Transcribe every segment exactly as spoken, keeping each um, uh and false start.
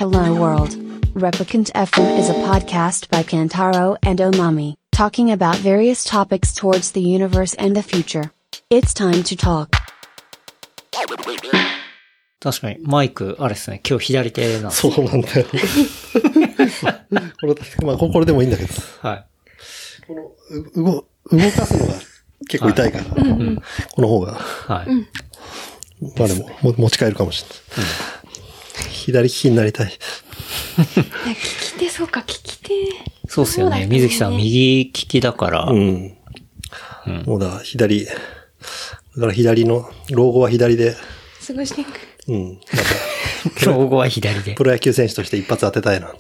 Hello World. Replicant エフエム is a podcast by Kantaro and Omami, talking about various topics towards the universe and the future. It's time to talk. 確かに、マイク、あれですね、今日左手なんです。 そうなんだよ。これ、まあ、これでもいいんだけど。 はい。 この、動、動かすのが結構痛いから、はいうん、この方が。はい。まあでも、も持ち帰るかもしれない。うん、左利きになりたい。 利き手、そうか、利き手。 そうっすよね。水木さん、右利きだから。うん。 うん、もうだ、左、だから左の、老後は左で。 過ごしていく。 うん。 また老後は左で。 プロ野球選手として一発当てたいな。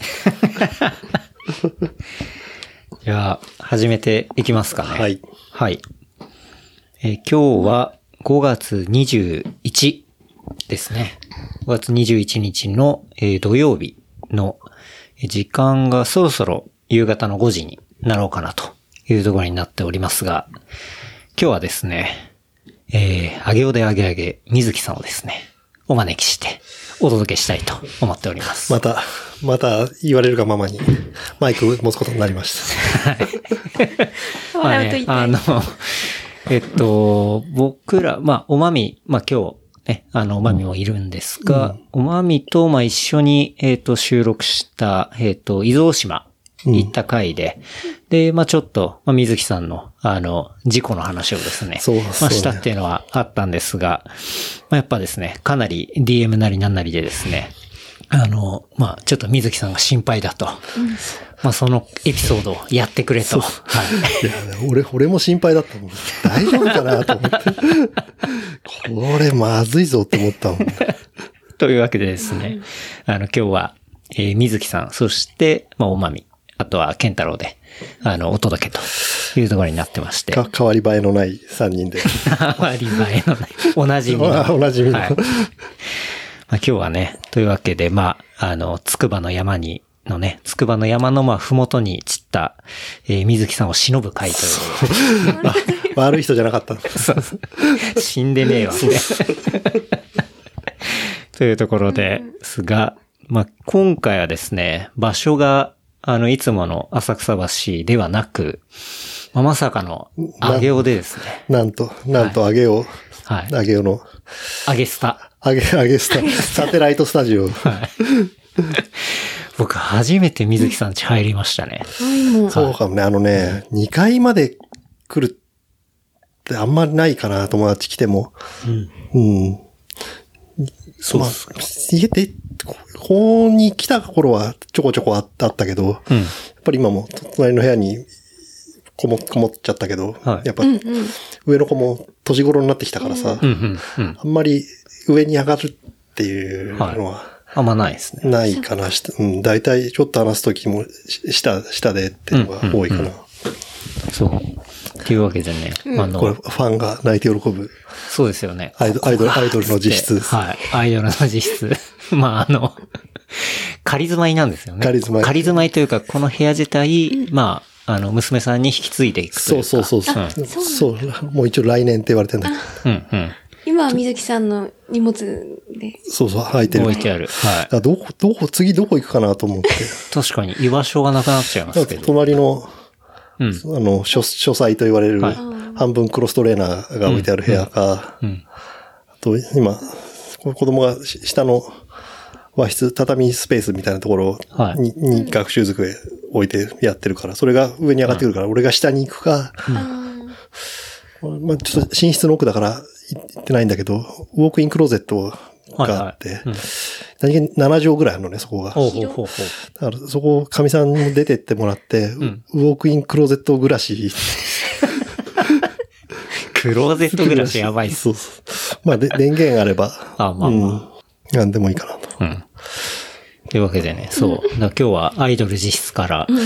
じゃあ、始めていきますかね。 はい。 はい。えー、今日はごがつにじゅういちですね。ごがつにじゅういちにちの、えー、土曜日の時間がそろそろ夕方のごじになろうかなというところになっておりますが、今日はですね、えー、あげおであげあげ水木さんをですね、お招きしてお届けしたいと思っております。 また、また言われるがままにマイクを持つことになりました。はい。 まあね、あの、えっと、僕ら、まあ、おまみ、まあ今日ね、あの、おまみもいるんですが、うん、おまみと、まあ一緒に、えっと、収録した、えっと、伊豆大島行った回で、うん、で、まあちょっと、まあ水木さんの、あの、事故の話をですね、そうそうねまあしたっていうのはあったんですが、まあやっぱですね、かなり ディーエム なりなんなりでですね、あの、まあちょっと水木さんが心配だと。うんまあそのエピソードをやってくれと。はい。 いや、俺、俺も心配だったもん。大丈夫かなと思って。これまずいぞって思ったもん。 というわけでですね、あの今日は、えー、水木さん、そして、まあおまみ、あとは健太郎で、あの、お届けというところになってまして。 か、変わり映えのないさんにんで。 変わり映えのない。おなじみの。 おなじみの。はい。まあ今日はね、というわけで、まあ、あの、筑波の山に、のね、筑波の山のまあ、ふもとに散った、えー、水木さんを忍ぶ会という。 悪い人じゃなかったの。 そうそう。死んでねえわ。というところですが、まあ、今回はですね、場所が、あの、いつもの浅草橋ではなく、まあ、まさかの、あげおでですね。 なんと、なんとあげお。はい。あげおの。 あげスタ。 あげ、あげスタ。サテライトスタジオ。はい。 僕初めて水木さん家入りましたね。 そうかもね。あのね、にかいまで来るってあんまりないかな、友達来ても。うん。うん。そうまあ、家で、ここに来た頃はちょこちょこあったけど、うん、やっぱり今も隣の部屋にこも、こもっちゃったけど、はい、やっぱ、上の子も年頃になってきたからさ、うんうんうん、あんまり上に上がるっていうのは、はいあんまないですね。 ないかな。うん。大体ちょっと話すときも、下、下でっていうのが多いかな。うんうんうん、 そう。っていうわけでね。 うん、あのこれ、ファンが泣いて喜ぶ。 そうですよね。 アイドル、アイドル、アイドルの実質。 はい。アイドルの実質。まあ、あの、仮住まいなんですよね。 仮住まい。 仮住まいというか、この部屋自体、うん、まあ、あの、娘さんに引き継いでいくというか。 そうそうそう。うん、そう。もう一応来年って言われてんだけど。うんうん。 今は水木さんの荷物で。 そうそう、入ってる。 置いてある。はい。 どこ、どこ、次どこ行くかなと思って。 確かに居場所がなくなっちゃいますけど。 隣の、うん、あの、書、書斎と言われる、はい、半分クロストレーナーが置いてある部屋か、うんうんうん、あと、今、子供が下の和室、畳スペースみたいなところに、はい、に学習机置いてやってるから、それが上に上がってくるから、うん、俺が下に行くか、うん、まあ、ちょっと寝室の奥だから、行ってないんだけど、ウォークインクローゼットがあって、はいはいうん、何気ななじょうぐらいあるのね、そこが。ほうほうほうほうだからそこを神さんに出てってもらって、うん、ウォークインクローゼット暮らし。 クローゼット暮らしやばいっす。 そうそう。まあで、電源あれば、あまあまあ、うん、なんでもいいかなと。うん。 というわけでね、そう。だ今日はアイドル実質から、うん、うん、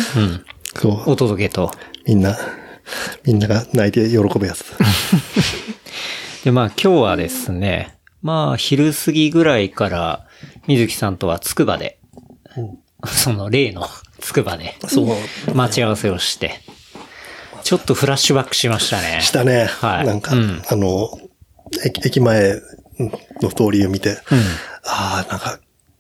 そうお届けと。 みんな、みんなが泣いて喜ぶやつ。 で、まあ今日はですね、まあ昼過ぎぐらいから水木さんとは筑波で、うん、その例の筑波で、そう待ち合わせをして、ちょっとフラッシュバックしましたね。 したね。はい。なんか、うん、あの、駅、駅前の通りを見て、うん、ああ、なんか、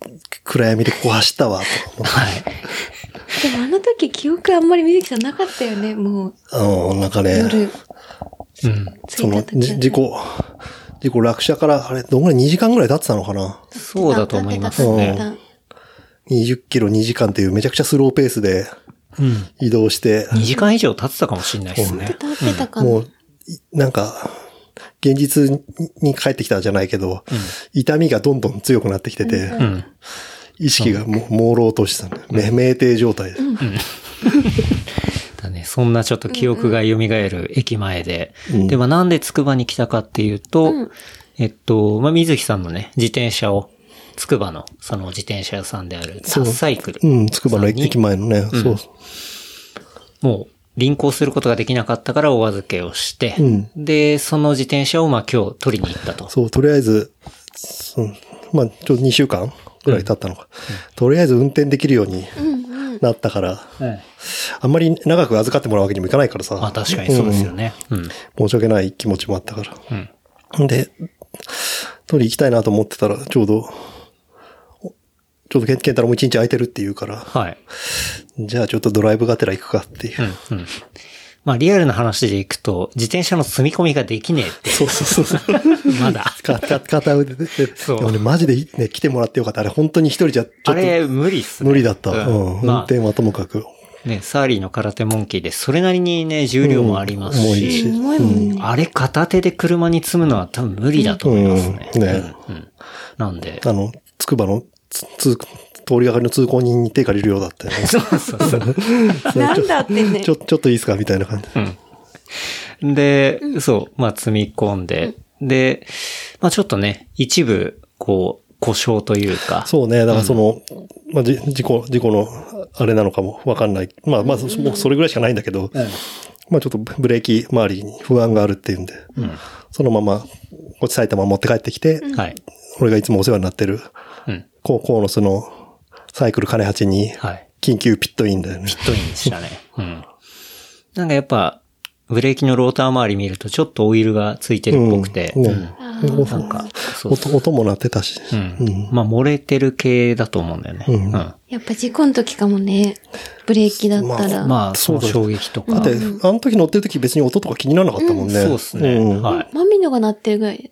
暗闇でここ走ったわ、と思って。はい。 でもあの時記憶あんまり水木さんなかったよね、もう。 うん、なんかね。 夜。うん。 その、事故、事故落車から、あれ、どんぐらいにじかんぐらい経ってたのかな。 そうだと思いますね。うん、 にじゅっキロにじかんっていうめちゃくちゃスローペースで移動して。 うん、にじかん以上経ってたかもしれないですね。 経ってたかな。 もう、なんか、現実に帰ってきたじゃないけど、うん、痛みがどんどん強くなってきてて、うん、意識がもう朦朧としたね。め、酩酊状態で。うんだね、そんなちょっと記憶が蘇る駅前で。うん、で、まあなんで筑波に来たかっていうと、うん、えっと、まあ水木さんのね、自転車を、筑波のその自転車屋さんであるタッサイクル。 うん、筑波の駅前のね、うん、そう。 もう、輪行することができなかったからお預けをして、うん、で、その自転車をまあ今日取りに行ったと。 そう、とりあえず、そのまあちょっとにしゅうかんぐらい経ったのか、うん。とりあえず運転できるようになったから、うんうん、あんまり長く預かってもらうわけにもいかないからさ。 あ、確かにそうですよね。 うん。申し訳ない気持ちもあったから。うん、で、取り行きたいなと思ってたら、ちょうど、ちょうどケンタロウも一日空いてるって言うから、はい。じゃあちょっとドライブがてら行くかっていう。うんうん。 まあリアルな話で行くと、自転車の積み込みができねえって。 そうそうそう。 まだ。 か、か、片腕で。そう。でもね、マジでね、来てもらってよかった。あれ本当に一人じゃちょっと。 あれ無理っすね。 無理だった。うん。うん、運転はともかく。 ね、サーリーの空手モンキーで、それなりにね、重量もありますし。うん、重いし。うん、あれ片手で車に積むのは多分無理だと思いますね。うん、ね、うん。うん。なんで。 あの、つくばの、つ、つ、通りがかりの通行人に手借りるようだったよね。 そうそうそう。 なんだってね。 ちょ、ちょっといいですかみたいな感じ。 うん。で、そう、まあ積み込んで、で、まあちょっとね、一部、こう、故障というか。 そうね、だからその、うん、まあじ、事故、事故の、あれなのかもわかんない。まあ、まず、もうそれぐらいしかないんだけど、うん、まあちょっとブレーキ周りに不安があるっていうんで、うん、そのまま、こっち埼玉持って帰ってきて、うん、俺がいつもお世話になってる、うん、コーノスの、サイクル金八に、緊急ピットインだよね。 ピットインでしたね。うん。なんかやっぱ、ブレーキのローター周り見るとちょっとオイルがついてるっぽくて。うん。ね、うん、 なんかそうそう、音、音も鳴ってたし。 うん。うん、まあ漏れてる系だと思うんだよね。うん。うん、 やっぱ事故の時かもね。ブレーキだったら。 まあ、まあ、その衝撃とか。 だって、あの時乗ってる時別に音とか気にならなかったもんね。 うん、そうですね。うん、はい。 マミのが鳴ってるぐらいだった。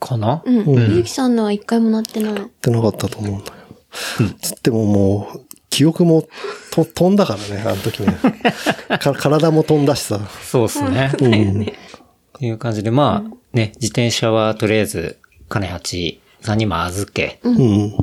かな？ うん。うん、ゆうきさんのは一回も鳴ってない。鳴ってなかったと思うんだよ。うん。つってももう、記憶もと飛んだからね、あの時ね。か体も飛んだしさ。 そうですね。うん。っていう感じで、まあ、ね、自転車はとりあえず、金八さんにも預け、うん、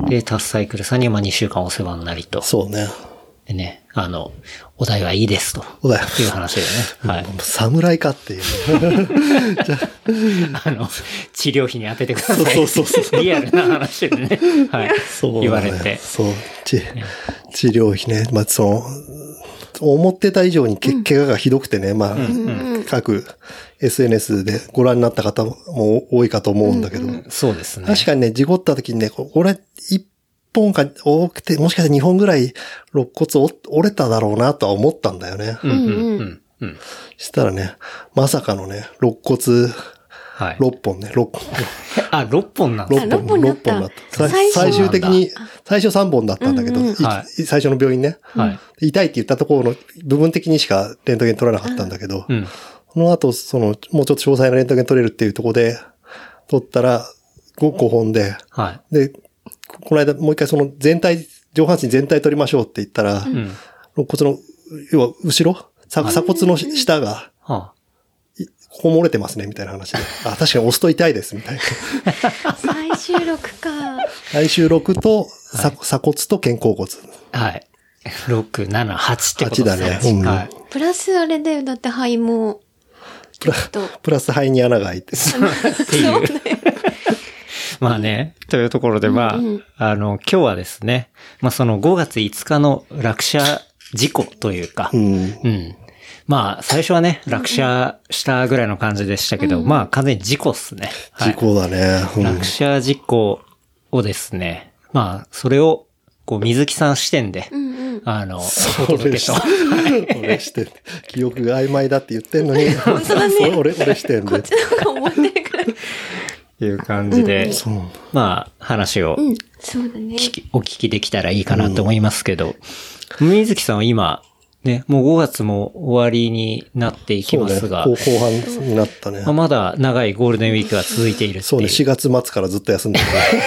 で、タスサイクルさんにはにしゅうかんお世話になりと。 そうね。 でね、あの、お題はいいですと。 お題っていう話でね。はい。 侍かっていう。 じゃあ、あの、治療費に当ててください。 そうそうそうそう。 リアルな話でね。はい。そう、ね。言われて。 そう。治、ね、治療費ね。まあ、その、思ってた以上にけ、うん、怪我がひどくてね。まあ、うんうん、各 エスエヌエス でご覧になった方も多いかと思うんだけど。うんうん、 そうですね。 確かにね、事故った時にね、俺、一本か多くて、もしかしてにほんぐらい肋骨折れただろうなとは思ったんだよね。うんうんうんうん、したらね、まさかのね、肋骨、はい、ろっぽんね、ろっぽん。 あ、ろっぽんなんだ。ろっぽん、ろっぽんだった。最終的に、最初さんぼんだったんだけど、うんうんはい、最初の病院ね、はい。痛いって言ったところの部分的にしかレントゲン取らなかったんだけど、うん、その後、その、もうちょっと詳細なレントゲン取れるっていうところで、取ったらごほんで、はい、で、この間もう一回その全体、上半身全体取りましょうって言ったら、うん、肋骨の、要は後ろ鎖骨の下が、はあ、ここ漏れてますね、みたいな話で。あ、確かに押すと痛いです、みたいな。 最終ろくか。 最終ろくと、はい、鎖骨と肩甲骨。 はい。ろく、なな、はちってことですね。はちだね。うん、はい。 プラスあれだよ、だって肺も。 プラプラス肺に穴が開いて。 っていう。まあね、というところで、まあ、うんうん、あの、今日はですね、まあそのごがついつかの落車事故というか、うん、うん。まあ、最初はね、落車したぐらいの感じでしたけど、うん、まあ完全に事故っすね。 事故だね、 うん。落車事故をですね、まあ、それを、こう、水木さん視点で、うんうん、あの、お届けと。 俺視点。記憶が曖昧だって言ってんのに、 本当だね。 俺、俺視点で。 こっちの方が思ってるから。 いう感じで、うん、まあ、話を、 うん、そうだね。 お聞きできたらいいかなと思いますけど、うん、水木さんは今、ね、もうごがつも終わりになっていきますが、 そうね、後半になったね。 まあ、まだ長いゴールデンウィークが続いているっていう。 そうね、しがつ末からずっと休んでる。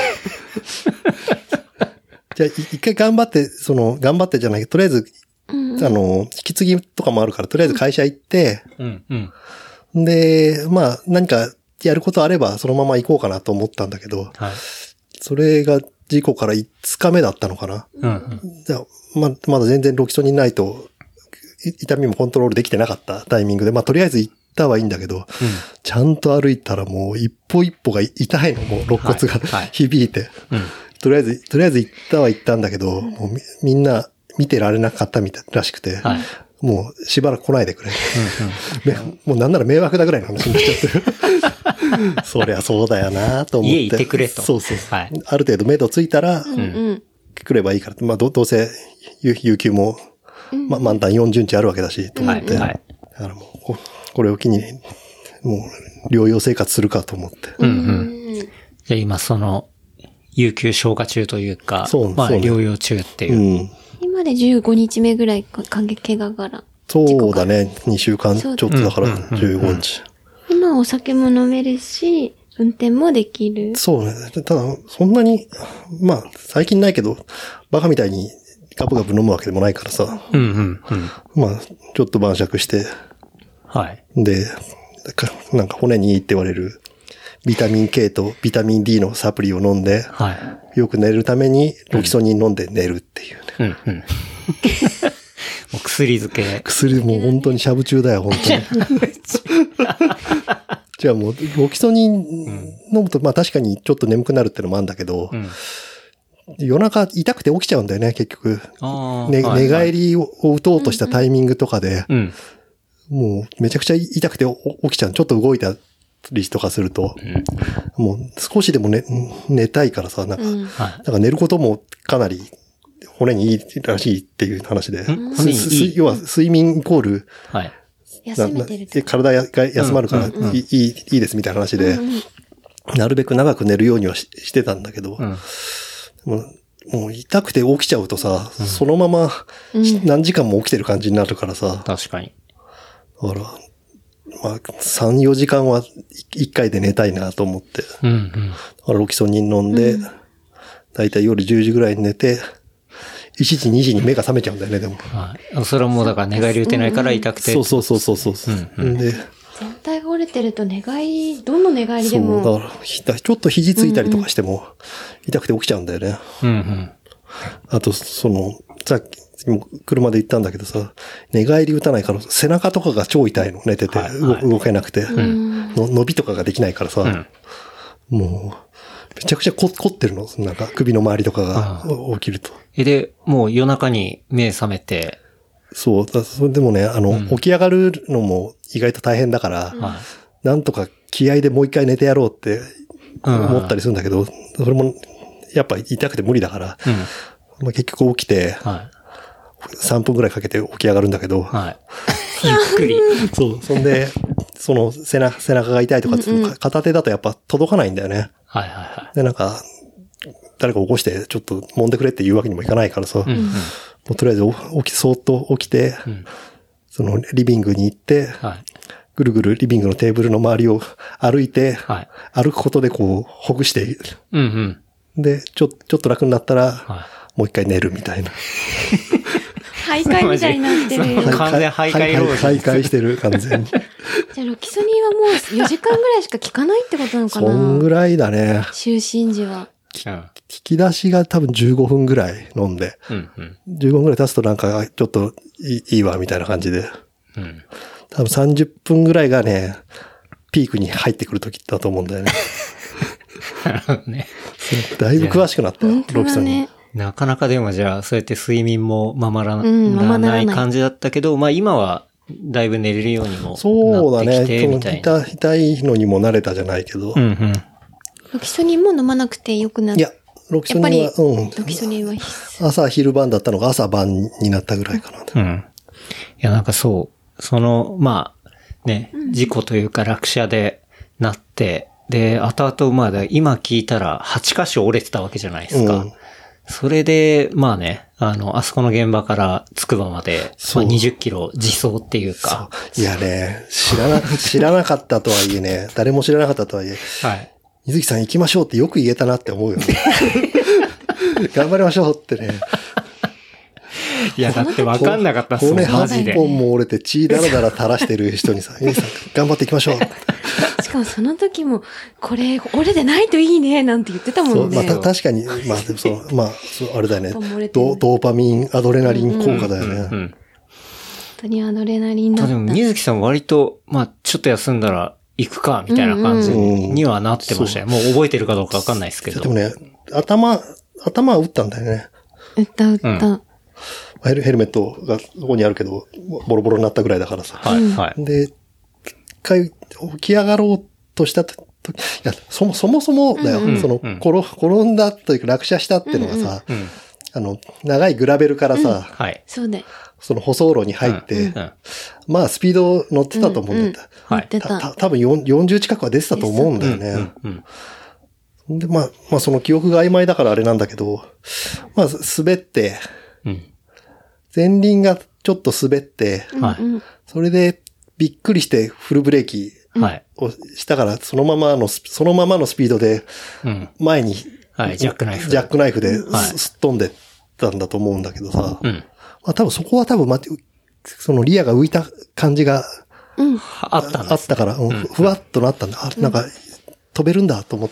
じゃあ、一回頑張って、その、頑張ってじゃないけど、とりあえず、うん、あの、引き継ぎとかもあるから、とりあえず会社行って、うんうん、で、まあ、何かやることあれば、そのまま行こうかなと思ったんだけど、はい、それが事故からいつかめだったのかな。うんうん、じゃあま、まだ全然ロキソニンないと、痛みもコントロールできてなかったタイミングで、まあ、とりあえず行ったはいいんだけど、うん、ちゃんと歩いたらもう一歩一歩が痛いの、もう肋骨が、はい、響いて、うん、とりあえず、とりあえず行ったは行ったんだけど、もうみ、みんな見てられなかったみたいらしくて、はい、もうしばらく来ないでくれ、うんうん。もうなんなら迷惑だぐらいの話になっちゃってる。そりゃそうだよなと思って。 家いてくれと。 そうそう。はい、ある程度目処ついたら、うん、来ればいいから。まあど、どうせ、有給も、まあ、満タンよんじゅうにちあるわけだし、と思って。はいはい、だからもう、これを機に、もう、療養生活するかと思って。うんうん、 じゃあ今その、有給消化中というか、そうまあ、療養中っていう。うん、 今でじゅうごにちめぐらいか、怪我から。 そうだね。にしゅうかんちょっとだからじゅうごにち。 今お酒も飲めるし、運転もできる。 そうね。ただ、そんなに、まあ、最近ないけど、バカみたいにガブガブ飲むわけでもないからさ。うんうんうん。まあ、ちょっと晩酌して。はい。で、なんか骨にいいって言われる、ビタミン K とビタミン D のサプリを飲んで、はい、よく寝るためにロキソニン飲んで寝るっていうね。うんうん、もう薬漬け。 薬もう本当にシャブ中だよ、本当に。じゃあもうロキソニン飲むと、まあ確かにちょっと眠くなるってのもあるんだけど、うん、夜中痛くて起きちゃうんだよね、結局。ね、はいはい、寝返りを打とうとしたタイミングとかで、うん、もうめちゃくちゃ痛くて起きちゃう。ちょっと動いたりとかすると、うん、もう少しでも、ね、寝たいからさ、なんか、うん、なんか寝ることもかなり骨にいいらしいっていう話で、骨にいい要は睡眠イコール、はい、 休めてるって体が休まるからいい、うんうん、いい、いいですみたいな話で、うんうん、なるべく長く寝るようには し, してたんだけど、うん、も, うもう痛くて起きちゃうとさ、うん、そのまま何時間も起きてる感じになるからさ、 確かに。 だから、まあ、さん、よじかんはいっかいで寝たいなと思って。うんうん、だからロキソニン飲んで、うん、だいたい夜じゅうじぐらいに寝て、いちじ、にじに目が覚めちゃうんだよね、でも。 はい。それはもうだから寝返り打てないから痛くて。 そうそうそうそうそう。うんうん、で、 全体が折れてると寝返り、どの寝返りでも。 そう、だから、ちょっと肘ついたりとかしても、痛くて起きちゃうんだよね。うんうん、あと、その、さっき、車で行ったんだけどさ、寝返り打たないから背中とかが超痛いの、寝てて、はいはい、動けなくて、うん、の。伸びとかができないからさ、うん、もう、めちゃくちゃ凝ってるの、なんか首の周りとかが起きると。 え、で、もう夜中に目覚めて。 そう、だそれでもね、あの、うん、起き上がるのも意外と大変だから、うん、なんとか気合でもう一回寝てやろうって思ったりするんだけど、うん、それもやっぱ痛くて無理だから、うんまあ、結局起きて、はいさんぷんくらいかけて起き上がるんだけど。はい。 ゆっくり。 そう。そんで、その背中、背中が痛いとかっていうの、片手だとやっぱ届かないんだよね。はいはいはい。で、なんか、誰か起こしてちょっと揉んでくれって言うわけにもいかないからさ。うんうん、もうとりあえず起き、そーっと起きて、うん、そのリビングに行って、はい、ぐるぐるリビングのテーブルの周りを歩いて、はい、歩くことでこう、ほぐして、うんうん、で、ちょ、ちょっと楽になったら、はい、もう一回寝るみたいな。 徘徊みたいになってるよ。 完全徘徊ロード。徘徊してる、完全に。 じゃあ、ロキソニンはもうよじかんぐらいしか効かないってことなのかな？ そんぐらいだね。 就寝時は。 聞き出しが多分じゅうごふんぐらい飲んで、うんうん、じゅうごふんぐらい経つとなんかちょっとい い, いいわみたいな感じで、うん、多分さんじゅっぷんぐらいがね、ピークに入ってくる時だと思うんだよね。 なるほどね。 だいぶ詳しくなったよ、ロキソニン。 なかなかでもじゃあ、そうやって睡眠もままらない感じだったけど、うん、まあ今はだいぶ寝れるようにもなってきてみたいな。そうだね。痛いのにも慣れたじゃないけど。うんうん、 ロキソニンも飲まなくてよくなった。 いや、ロキソニンは、うん。 ロキソニンは朝昼晩だったのが朝晩になったぐらいかな。 うん。いや、なんかそう、その、まあ、ね、事故というか落車でなって、 で、後々まあ、今聞いたらはち箇所折れてたわけじゃないですか。 うん、 それで、まあね、あの、あそこの現場からつくばまで、まあ、にじゅっキロ自走っていうか。 そういやね、知らな、知らなかったとはいえね、誰も知らなかったとはいえ、はい。水木さん行きましょうってよく言えたなって思うよね。頑張りましょうってね。 いや、だって分かんなかったっすもん、マジで。 骨はっぽんも折れて血だらだら垂らしてる人にさ、水木さん頑張っていきましょう。 しかもその時も、これ折れてないといいね、なんて言ってたもんね。 そう、まあ確かに、まあでもそう、まあ、そうあれだよね。ド, ドーパミン、アドレナリン効果だよね。うんうんうん、本当にアドレナリンだった。 でも水木さん割と、まあちょっと休んだら行くか、みたいな感じにはなってましたよ。うんうん、もう覚えてるかどうか分かんないですけど。 でもね、頭、頭は打ったんだよね。 打った打った。うんヘル、ヘルメットがそこにあるけど、ボロボロになったぐらいだからさ。 はい、はい。 で、一回起き上がろうとしたとき、いや、そもそもそもだよ。うんうん、その、うん、転、転んだというか落車したっていうのがさ、うんうん、あの、長いグラベルからさ、うん、 はい。 そうね。 その舗装路に入って、うんうん、まあスピード乗ってたと思うんだよ。 うんうん、はい。 た、た、多分よんじゅう近くは出てたと思うんだよね。うんうんうん、で、まあ、まあその記憶が曖昧だからあれなんだけど、まあ滑って、うん前輪がちょっと滑って、はい、それでびっくりしてフルブレーキをしたから、そのままの、そのままのスピードで、前に、 はい、ジャックナイフ。 ジャックナイフですっ飛んでったんだと思うんだけどさ、うん、まあ多分そこは多分、ま、そのリアが浮いた感じが、 うん、あったんです、 あったから、うん、ふわっとなったんだ。あ、なんか、飛べるんだと思って。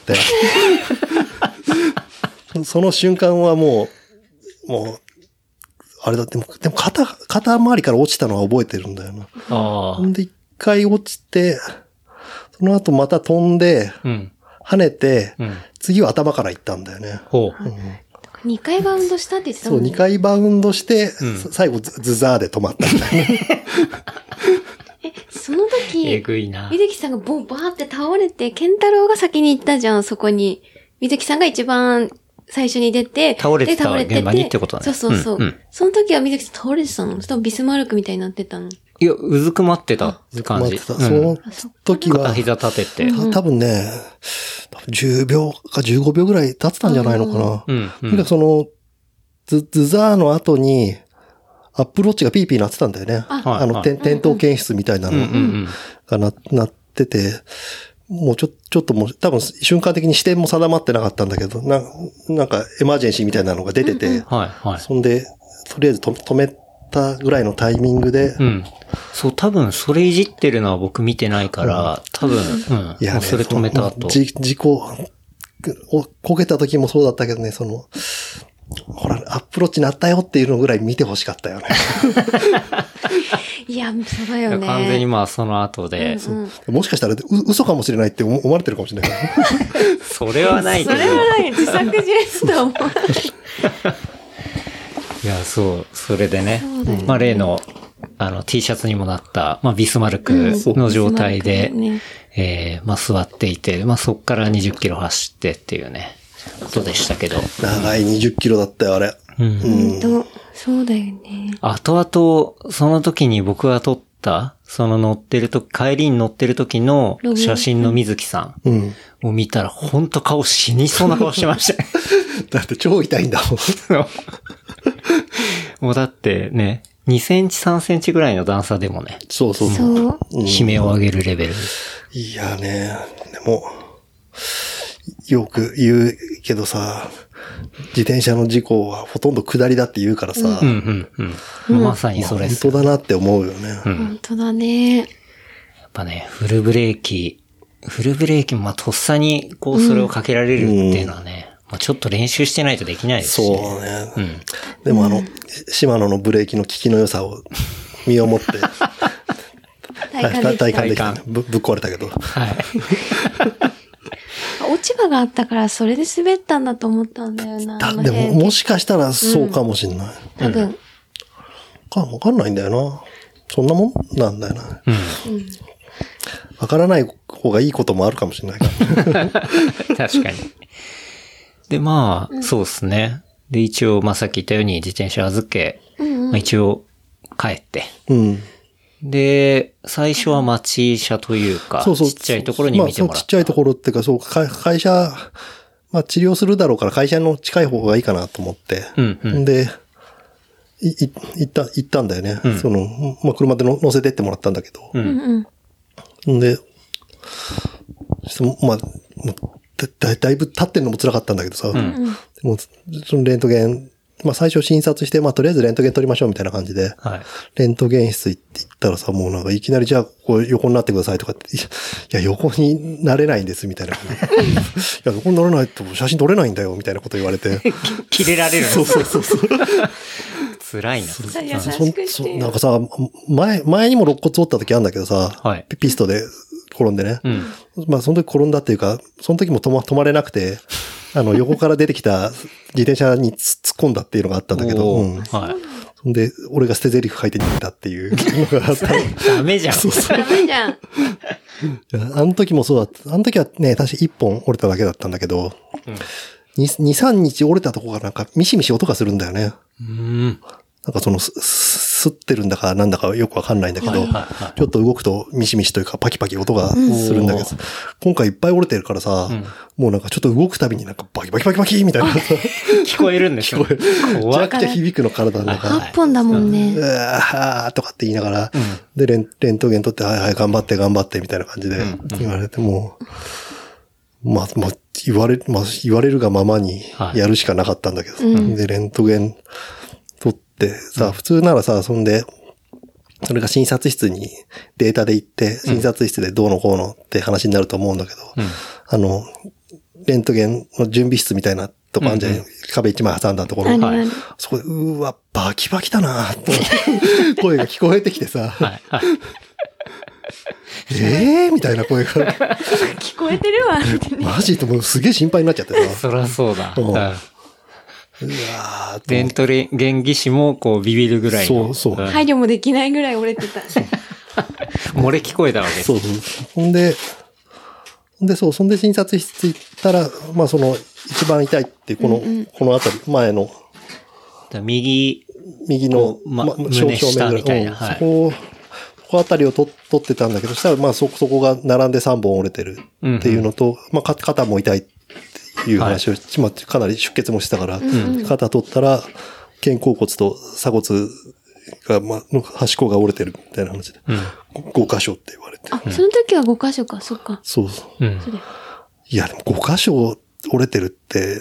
その瞬間はもう、もう、あれだって、でも肩、肩周りから落ちたのは覚えてるんだよな。 ああ。 んで一回落ちて、その後また飛んで、うん、跳ねて、うん、次は頭から行ったんだよね。 ほう。うん、 にかいバウンドしたって言ってたもんね。 そう、にかいバウンドして、うん、最後ズ、ズザーで止まったんだよね。 え、その時、 えぐいな。 水木さんがボンバーって倒れて、ケンタロウが先に行ったじゃん、そこに。水木さんが一番、最初に出て、 倒れてた現場にってことだね。 そうそうそう。うんうん、その時は水木さん倒れてたの？そしたらビスマルクみたいになってたの？ いや、うずくまってた感じ。 その時は、 片膝立てて。 た多分ね、じゅうびょうかじゅうごびょうぐらい経ってたんじゃないのかな。うんうん、そのズ、ズザーの後に、アップローチがピーピーなってたんだよね。あ, あの、点灯検出みたいなのが な,、なってて、もうちょ、ちょっともう、多分瞬間的に視点も定まってなかったんだけど、な、なんかエマージェンシーみたいなのが出てて、うんうん、はいはい。そんで、とりあえず止めたぐらいのタイミングで、 うん。そう、多分それいじってるのは僕見てないから、うん、多分、うん。いや、ね、それ止めた後。 じ、事故、こけた時もそうだったけどね、その、ほら、アップローチなったよっていうのぐらい見てほしかったよね。 いや、そうだよね。 完全にまあその後で。 うんうん、もしかしたらう嘘かもしれないって思われてるかもしれないから。 それはないけど。 それはない。自作自演とは思わない。 いや、そう。それでね。ねまあ例の、あの T シャツにもなった、まあビスマルクの状態で、うんねえー、まあ座っていて、まあそっからにじゅっキロ走ってっていうね。ことでしたけど。 長いにじゅっキロだったよ、あれ。 うん。うん、とそうだよね。 後々、その時に僕が撮った、その乗ってるとき、帰りに乗ってる時の写真の水木さんを見たら、ほんと顔死にそうな顔してましたね。 だって超痛いんだもん。 もうだってね、にセンチさんセンチぐらいの段差でもね。 そうそうそう。 悲鳴を上げるレベル。 いやね、でも、よく言うけどさ、自転車の事故はほとんど下りだって言うからさ。 うんうんうん。まさにそれです。 本当だなって思うよね。 うん、本当だね。やっぱね、フルブレーキ、フルブレーキもまあとっさにこうそれをかけられるっていうのはね、うんまあ、ちょっと練習してないとできないですし、ね。 そうね。うん。でもあの、うん、シマノのブレーキの効きの良さを身をもって、体感できた。ぶ、ぶっ壊れたけど。はい。 落ち葉があったからそれで滑ったんだと思ったんだよな。 だでももしかしたらそうかもしんない。うん、 多分。 か、わかんないんだよな。そんなもんなんだよな。うん。わからない方がいいこともあるかもしれないから。 確かに。で、まあ、うん、そうですね。で、一応、まあさっき言ったように自転車預け、うんうんまあ、一応帰って。うん。 で、最初は町医者というか、そうそうちっちゃいところに見てもらった。 まあ、ちっちゃいところっていうか、そう、会社、まあ治療するだろうから会社の近い方がいいかなと思って。うんうん、で、い、い、行った、行ったんだよね。うん、その、まあ車での乗せてってもらったんだけど。うんうん、で、まあ、だ, だいぶ立ってんのも辛かったんだけどさ。うん、もうそのレントゲン、まあ最初診察して、まあとりあえずレントゲン取りましょうみたいな感じで、はい、レントゲン室行って行ったらさ、もうなんかいきなりじゃあこう横になってくださいとかって、いや横になれないんですみたいな。いや横になれないと写真撮れないんだよみたいなこと言われて。 切れられるそうそうそうそう。 辛いな。 そそなんかさ、前、前にも肋骨折った時あるんだけどさ、はい、ピストで転んでね。うん、まあその時転んだっていうか、その時も止ま、止まれなくて、あの、横から出てきた自転車に突っ込んだっていうのがあったんだけど、うん、はい。そんで、俺が捨て台詞書いて逃げたっていうのがあった。 ダメじゃん。 そうそう。 ダメじゃん。 あの時もそうだった。あの時はね、確か一本折れただけだったんだけど、二、うん、二、三日折れたとこがなんかミシミシ音がするんだよね。うん。なんかその、す、すってるんだかなんだかよくわかんないんだけど、はいはいはい、ちょっと動くとミシミシというかパキパキ音がするんだけど、うん、今回いっぱい折れてるからさ、うん、もうなんかちょっと動くたびになんかバキバキバキバキみたいな。 聞こえるんですよ。 聞こえる。めちゃくちゃ響くの体の中。 はっぽんだもんね。 うわーとかって言いながら、うん、でレン、レントゲン取って、はいはい頑張って頑張ってみたいな感じで言われても、まあ、まあ、言われ、まあ、言われるがままにやるしかなかったんだけど、はい、で、レントゲン、でさ、うん、普通ならさ、そんで、それが診察室にデータで行って、診察室でどうのこうのって話になると思うんだけど、うん、あの、レントゲンの準備室みたいなとこあるじゃん、うんうん、壁一枚挟んだところ。はい、そこで、うーわ、バキバキだなーって声が聞こえてきてさ、はいはい、えーみたいな声が。 聞こえてるわ。 マジともうすげえ心配になっちゃってさ。 そりゃそうだ。うんうわーレントゲン技師もこうビビるぐらいの。 そうそう。 配慮もできないぐらい折れてた。 漏れ聞こえたわけです。 そうそう。ほんで、で、そう、そんで診察室行ったら、まあその、一番痛いってこの、うんうん、このあたり、前の。 右、 右の、 ま、胸下みたいな。 うん、はい、そこ、ここあたりを取取ってたんだけど、したらまあそ、そこが並んでさんぼん折れてるっていうのと、うんうん、まあ肩も痛い。っていう話を、はい、まあ、かなり出血もしてたから、うん、肩取ったら、肩甲骨と鎖骨が、まあ、の端っこが折れてるみたいな話で、うん、ご箇所って言われて。 あ、その時はご箇所か、そっか。 そうそう。うん、いや、でもご箇所折れてるって、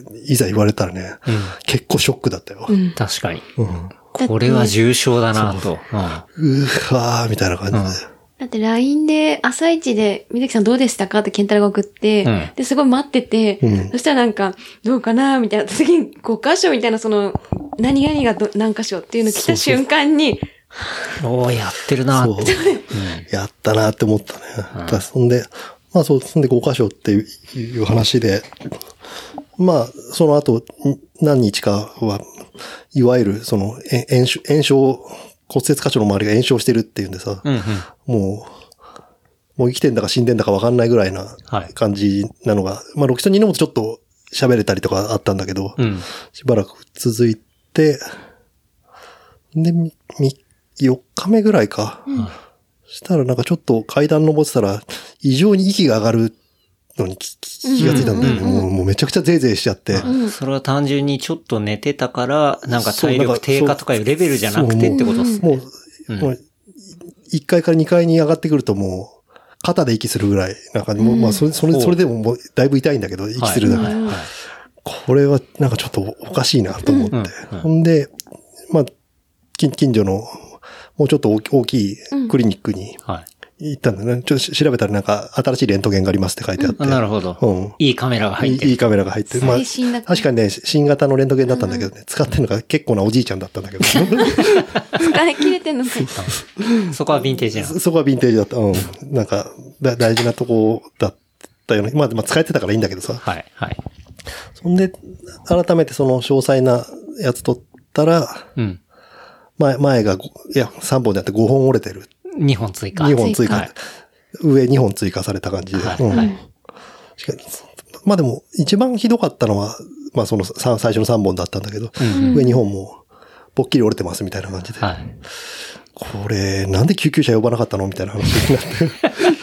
いざ言われたらね、うん、結構ショックだったよ。 うん、確かに、うん。これは重症だなと。 うん、うわー、みたいな感じで。うんだって ライン で、朝一で、みずきさんどうでしたかってケンタロウが送って、うん、で、すごい待ってて、うん、そしたらなんか、どうかなみたいな、次にご箇所みたいな、その、何々がど何箇所っていうの来た瞬間に、 そうそうおー、やってるなーって、うん。 やったなーって思ったね。うん、そんで、まあそう、そんでご箇所っていう話で、まあ、その後、何日かは、いわゆる、その、炎症、炎症、骨折箇所の周りが炎症してるっていうんでさ、うんうん、もう、もう生きてんだか死んでんだか分かんないぐらいな感じなのが、はい、まあ、ロキソニン飲むとちょっと喋れたりとかあったんだけど、うん、しばらく続いて、で、み、よっかめぐらいか。うん、したらなんかちょっと階段登ってたら、異常に息が上がるのに気がついたんだよね、うんうんうん。もう、もうめちゃくちゃゼーゼーしちゃって、 うん。それは単純にちょっと寝てたから、なんか体力低下とかいうレベルじゃなくてってことですね。もう、 うん、もういっかいからにかいに上がってくるともう、肩で息するぐらい、なんかもう、うん、まあそれ、それ、それでももうだいぶ痛いんだけど、息するだけ、はいはいはい。これはなんかちょっとおかしいなと思って。うんうん、ほんで、まあ、近、近所の、もうちょっと大きいクリニックに、うんはい行ったんだね。ちょっと調べたらなんか新しいレントゲンがありますって書いてあって。 うん、なるほど。うん。いいカメラが入ってる。 いいカメラが入ってる。まあ、確かにね、新型のレントゲンだったんだけどね、うん、使ってるのが結構なおじいちゃんだったんだけど。 使い切れてんのか。 そこはヴィンテージなの。 そこはヴィンテージだった。うん。なんか、だ大事なとこだったよね。まあ、まあ、使えてたからいいんだけどさ。 はい、はい。 そんで、改めてその詳細なやつ取ったら、うん。前、前が、いや、さんぼんであってごほん折れてる。 にほん追加。 にほん追加。はい、上にほん追加された感じで。はいうんはい、まあでも、一番ひどかったのは、まあその最初のさんぼんだったんだけど、うんうん、上にほんもぽっきり折れてますみたいな感じで。はい、 これ、なんで救急車呼ばなかったのみたいな話になって。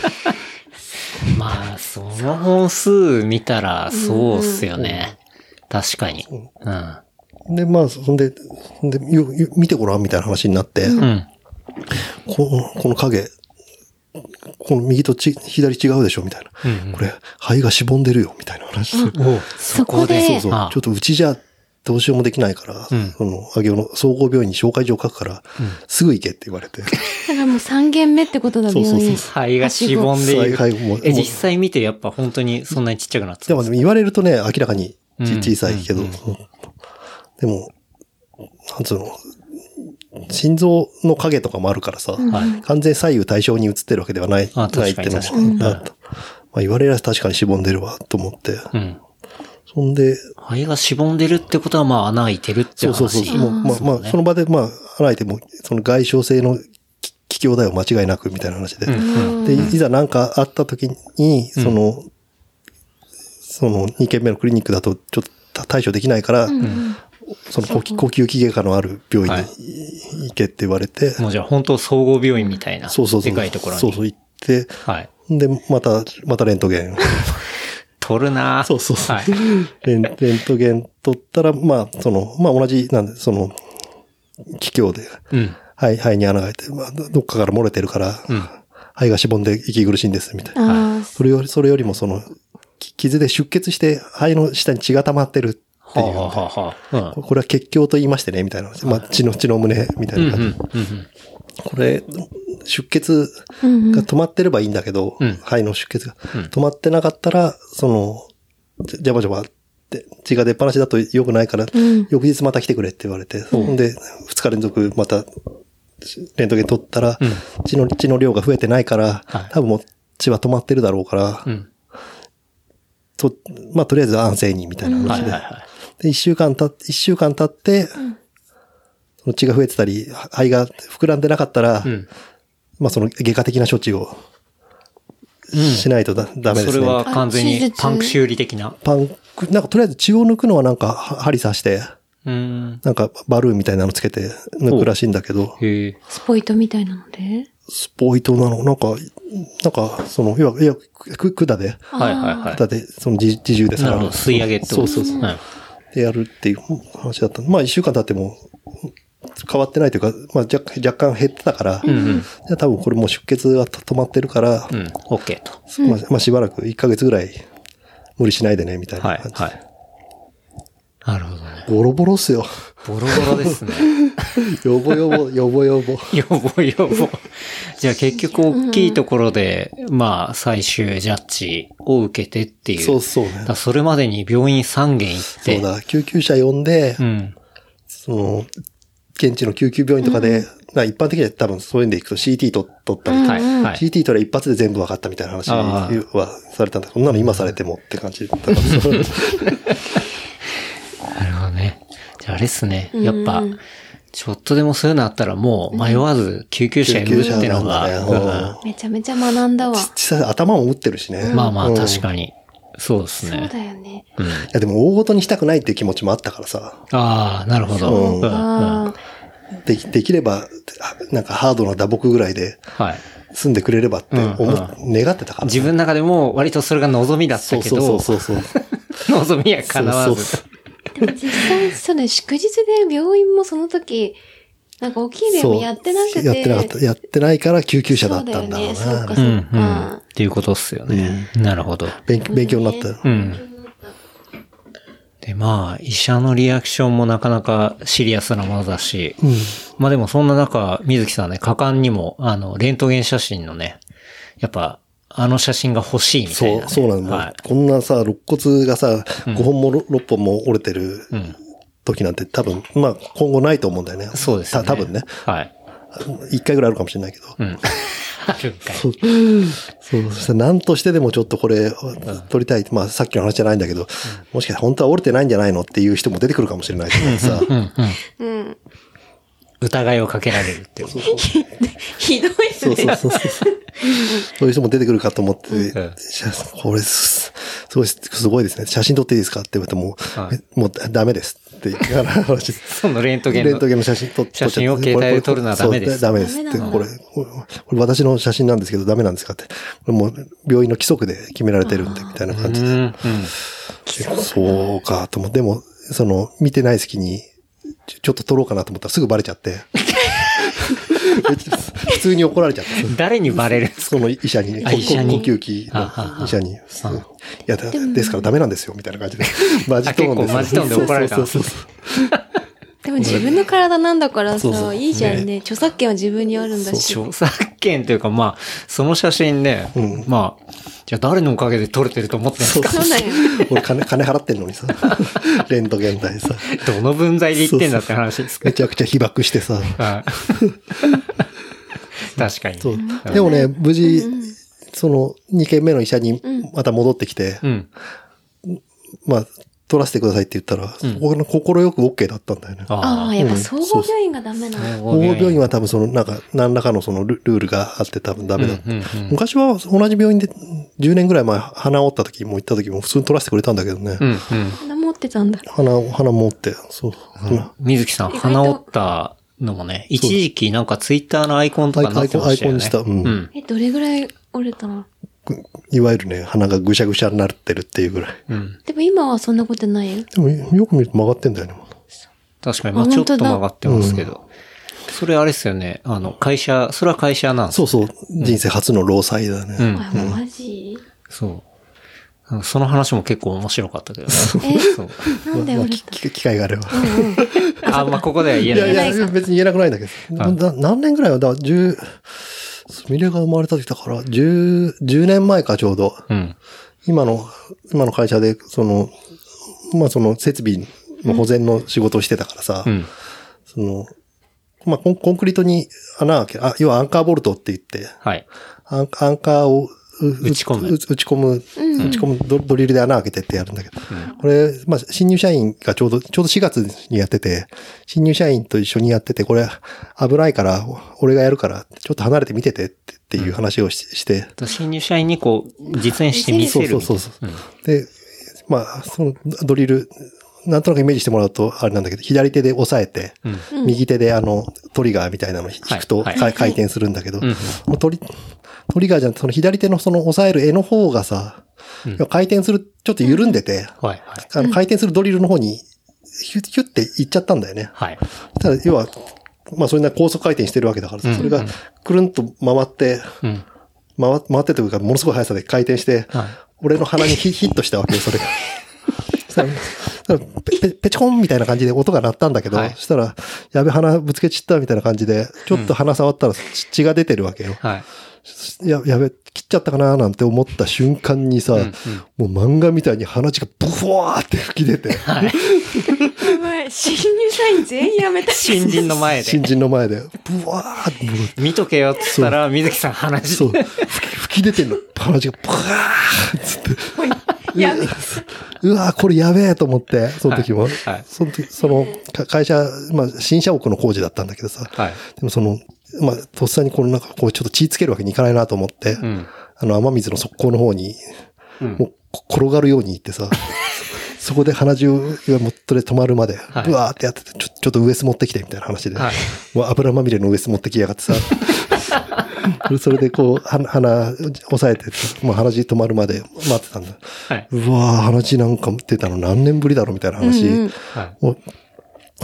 まあ、その本数見たらそうっすよね。確かに。 うん。で、まあ、そんで、でよよ見てごらんみたいな話になって、うん、この、この影、この右とち左違うでしょみたいな。うんうん、これ、肺がしぼんでるよみたいな話する。 そこで。 そうそう。ちょっとうちじゃどうしようもできないから、うん、その、上尾の総合病院に紹介状書くから、うん、すぐ行けって言われて。だからもうさん軒目ってことだ、病院。そうそうそう。肺がしぼんでいる。え、実際見てやっぱ本当にそんなにちっちゃくなってた。 でも言われるとね、明らかに小さいけど、うんうんうん、でも、なんつうの、心臓の影とかもあるからさ、うん、完全左右対称に映ってるわけではない、 あないっていうのも、うんまあ、言われれば確かにしぼんでるわ、と思って。うん、そんで、 肺がしぼんでるってことは、まあ穴開いてるって話。 そうそうそう。もうまあ、まあ、その場で、まあ、穴開いても、その外傷性の気境だよ、間違いなく、みたいな話で。うん、で、いざ何かあった時に、その、うん、そのにけんめのクリニックだと、ちょっと対処できないから、うんその呼吸器外科のある病院に行けって言われて。はい、 もうじゃあ本当総合病院みたいな。そうそうそう。でかいところに。 そうそう行って。はい。で、また、またレントゲン。 取るなぁ。 そうそうそう。はい、レン、レントゲン取ったら、まあ、その、まあ同じ、なんで、その、気胸で。うん。肺、肺に穴が開いて、まあ、どっかから漏れてるから、うん、肺がしぼんで息苦しいんです、みたいな。はい。それより、それよりもその、傷で出血して肺の下に血が溜まってる。っていう、はあはあはあうん、これは血胸と言いましてね、みたいな。まあ、血の、血の胸、みたいな感じ。うんうんうん、これ、出血が止まってればいいんだけど、うん、肺の出血が止まってなかったら、その、ジャバジャバって血が出っ放しだと良くないから、うん、翌日また来てくれって言われて、うん、で、二日連続また、レントゲン取ったら、うん、血の、血の量が増えてないから、はい、多分もう血は止まってるだろうから、うん、と、まあ、とりあえず安静に、みたいな話で。うんはいはいはいで、一週間たって、一週間経って、うん、その血が増えてたり、肺が膨らんでなかったら、うん、まあその外科的な処置をしないとだ、うん、ダメですね。 それは完全にパンク修理的な。 パンク、なんかとりあえず血を抜くのはなんか針刺して、うんなんかバルーンみたいなのつけて抜くらしいんだけど。 へスポイトみたいなのでスポイトなのなんか、なんか、その、いや、いや、管で。はいはいはい。管で、その自重でさ。 なるほど、吸い上げってそうそうそう。はいでやるっていう話だった。まあ一週間経っても変わってないというか、まあ若干、若干減ってたから、うんうん、じゃ多分これもう出血が止まってるから、うん、 OK と。 まあ、まあしばらくいっかげつぐらい無理しないでね、みたいな感じ。はい、はい。 なるほどね。 ボロボロっすよ。 ボロボロですね。 よぼよぼ、よぼよぼ。 よぼよぼ。じゃあ結局大きいところで、うん、まあ最終ジャッジを受けてっていう。 そうそうね。 だそれまでに病院さん軒行って。 そうだ、救急車呼んで、うん、その、現地の救急病院とかで、うん、一般的には多分そういうんで行くと シーティー 取ったりとか、うんはい、シーティー 取れば一発で全部分かったみたいな話はされたんだけど、そんなの今されてもって感じだったから。 なるほどね。じゃああれっすね。やっぱ、ちょっとでもそういうのあったらもう迷わず救急車呼ぶっていうのが、 ねうん、めちゃめちゃ学んだわ。 実際頭も打ってるしね。 まあまあ確かに。そうですね。 そうだよね。 うん、いやでも大ごとにしたくないっていう気持ちもあったからさ。 ああ、なるほど。うんうん、 でき、できれば、なんかハードな打撲ぐらいで、済んでくれればって思、うんうん、願ってたから、ね。 自分の中でも割とそれが望みだったけど。 そうそうそうそう。 望みは叶わず。そうそうそうでも実際、そうね、祝日で病院もその時、なんか大きい病院やってなくて。 やってなかった。やってないから救急車だったんだろうな。 そうだよね、そうかそうか、うんうん。 っていうことっすよね。うん、なるほど。 勉強、勉強になったよ。うん。 で、まあ、医者のリアクションもなかなかシリアスなものだし、うん、まあでもそんな中、水木さんね、果敢にも、あの、レントゲン写真のね、やっぱ、あの写真が欲しいみたいな、ね。 そう、そうなんだ、はい。こんなさ、肋骨がさ、うん、ごほんもろっぽんも折れてる時なんて多分、まあ今後ないと思うんだよね。 そうですね。 た多分ね。 はい。 一回ぐらいあるかもしれないけど。 うん。あるんかい。 そう。そう。そして何としてでもちょっとこれ、撮りたい。まあさっきの話じゃないんだけど、うん、もしかして本当は折れてないんじゃないのっていう人も出てくるかもしれないけどさ。うんうんうんうん疑いをかけられるっていう。そうそうひどいですね。 そうそうそうそう。そういう人も出てくるかと思って、うん、これす、すごい、すごいですね。写真撮っていいですかって言われても、はい、もうダメです。 っていう話。 そのレントゲンの。 レントゲンの写真撮っ写真を携帯で撮るのはダメです。 ダメですって。これ、これ私の写真なんですけどダメなんですかって。これもう病院の規則で決められてるんで、みたいな感じで。うんうん、そうかと思って、でも、その、見てない隙に、ちょっと撮ろうかなと思ったらすぐバレちゃって。普通に怒られちゃった。 誰にバレる？ その医者に、 医者に呼吸器の医者に。いや、ですからダメなんですよ、みたいな感じで。マジトーンで。 結構マジトーンで怒られた。そうそうそう。 でも自分の体なんだからさ、いいじゃんね。著作権は自分にあるんだし。 著作権というか、まあ、その写真ね、まあ、じゃあ誰のおかげで撮れてると思ってんですか？ そうなんよ。 俺金、金払ってんのにさ、レントゲン代さ。 どの分際で言ってんだって話ですか？ めちゃくちゃ被爆してさ。 確かに。 そう。でもね、無事、そのにけんめの医者にまた戻ってきて、まあ、取らせてくださいって言ったら、そこの心よく OK だったんだよね。 ああ、やっぱ総合病院がダメなの。 総合病院は多分その、なんか、何らかのそのルールがあって多分ダメだ。昔は同じ病院でじゅうねんぐらい前、鼻を折った時も行った時も普通に取らせてくれたんだけどね。 鼻持ってたんだ。 鼻、鼻持って、そう。 水木さん、鼻折ったのもね、一時期なんかツイッターのアイコンとかになってましたよね。アイコンにした。うん。 え、どれぐらい折れたの？ いわゆるね、鼻がぐしゃぐしゃになってるっていうぐらい。 うん、 でも今はそんなことないよ。 でもよく見ると曲がってんだよね。 確かに、まあちょっと曲がってますけど。うん、それあれですよね。あの、会社、それは会社なんですか？そうそう。人生初の労災だね。 うん。 うん、マジ？ そう。その話も結構面白かったけどね。 えそう。なんで折れた？ 機会があれば。 うんうん、あ、まあここでは言えない。 いやいや、別に言えなくないんだけど。何年ぐらいは、だ、十、すみれが生まれた時だから、十、十年前かちょうど。 うん。 今の、今の会社で、その、まあその設備の保全の仕事をしてたからさ、 うん、 その、まあコン、コンクリートに穴開け、あ、要はアンカーボルトって言って、 はい。 アン、アンカーを打ち込む。 打ち込む、打ち込むド、ドリルで穴開けてってやるんだけど、うん、これ、まあ、新入社員がちょうど、ちょうどしがつにやってて、新入社員と一緒にやってて、これ危ないから、俺がやるから、ちょっと離れて見ててってっていう話を し,、うん、して。 新入社員にこう、実演して見せる。 そうそうそうそう、うん。で、まあ、そのドリル、なんとなくイメージしてもらうと、あれなんだけど、左手で押さえて、うん、右手であの、トリガーみたいなのを引くと、はいはい、回転するんだけど、うんうん、トリ、トリガーじゃなくて、その左手のその押さえる絵の方がさ、うん、回転する、ちょっと緩んでて、 はいはい、 あの回転するドリルの方に、ヒュッヒュッっていっちゃったんだよね。 はい。 ただ、要は、まあそれな高速回転してるわけだからさ、うんうん、それがくるんと回って、うん、回、回ってというか、ものすごい速さで回転して、はい、俺の鼻にヒットしたわけよ、それが。ペ, ペチコンみたいな感じで音が鳴ったんだけど、はい、そしたら、やべ、鼻ぶつけちったみたいな感じで、ちょっと鼻触ったら血が出てるわけよ。 はい、 や、やべ、切っちゃったかななんて思った瞬間にさ、うんうん、もう漫画みたいに鼻血がブワーって吹き出て。はい、やばい、新入社員全員やめた。 新人の前で。 新人の前で。ブワーって。 見とけよって言ったら、水木さん鼻血。 そう。吹き出てんの。鼻血がブワーっつって。 やべうわこれやべえと思って、その時も。 はいはい、 その時、その、会社、まあ、新社屋の工事だったんだけどさ。 はい、 でもその、まあ、とっさにこのなんかこうちょっと血つけるわけにいかないなと思って、うん、あの雨水の側溝の方に、もう転がるように行ってさ、うん、そこで鼻血がもっとで止まるまで、はい、ブワーってやってて、ちょ、ちょっとウエス持ってきてみたいな話で、はい、もう油まみれのウエス持ってきやがってさ、それでこう、鼻押さえて、もう鼻血止まるまで待ってたんだ。 はい、 うわー鼻血なんか出たの何年ぶりだろうみたいな話、うんうんはい、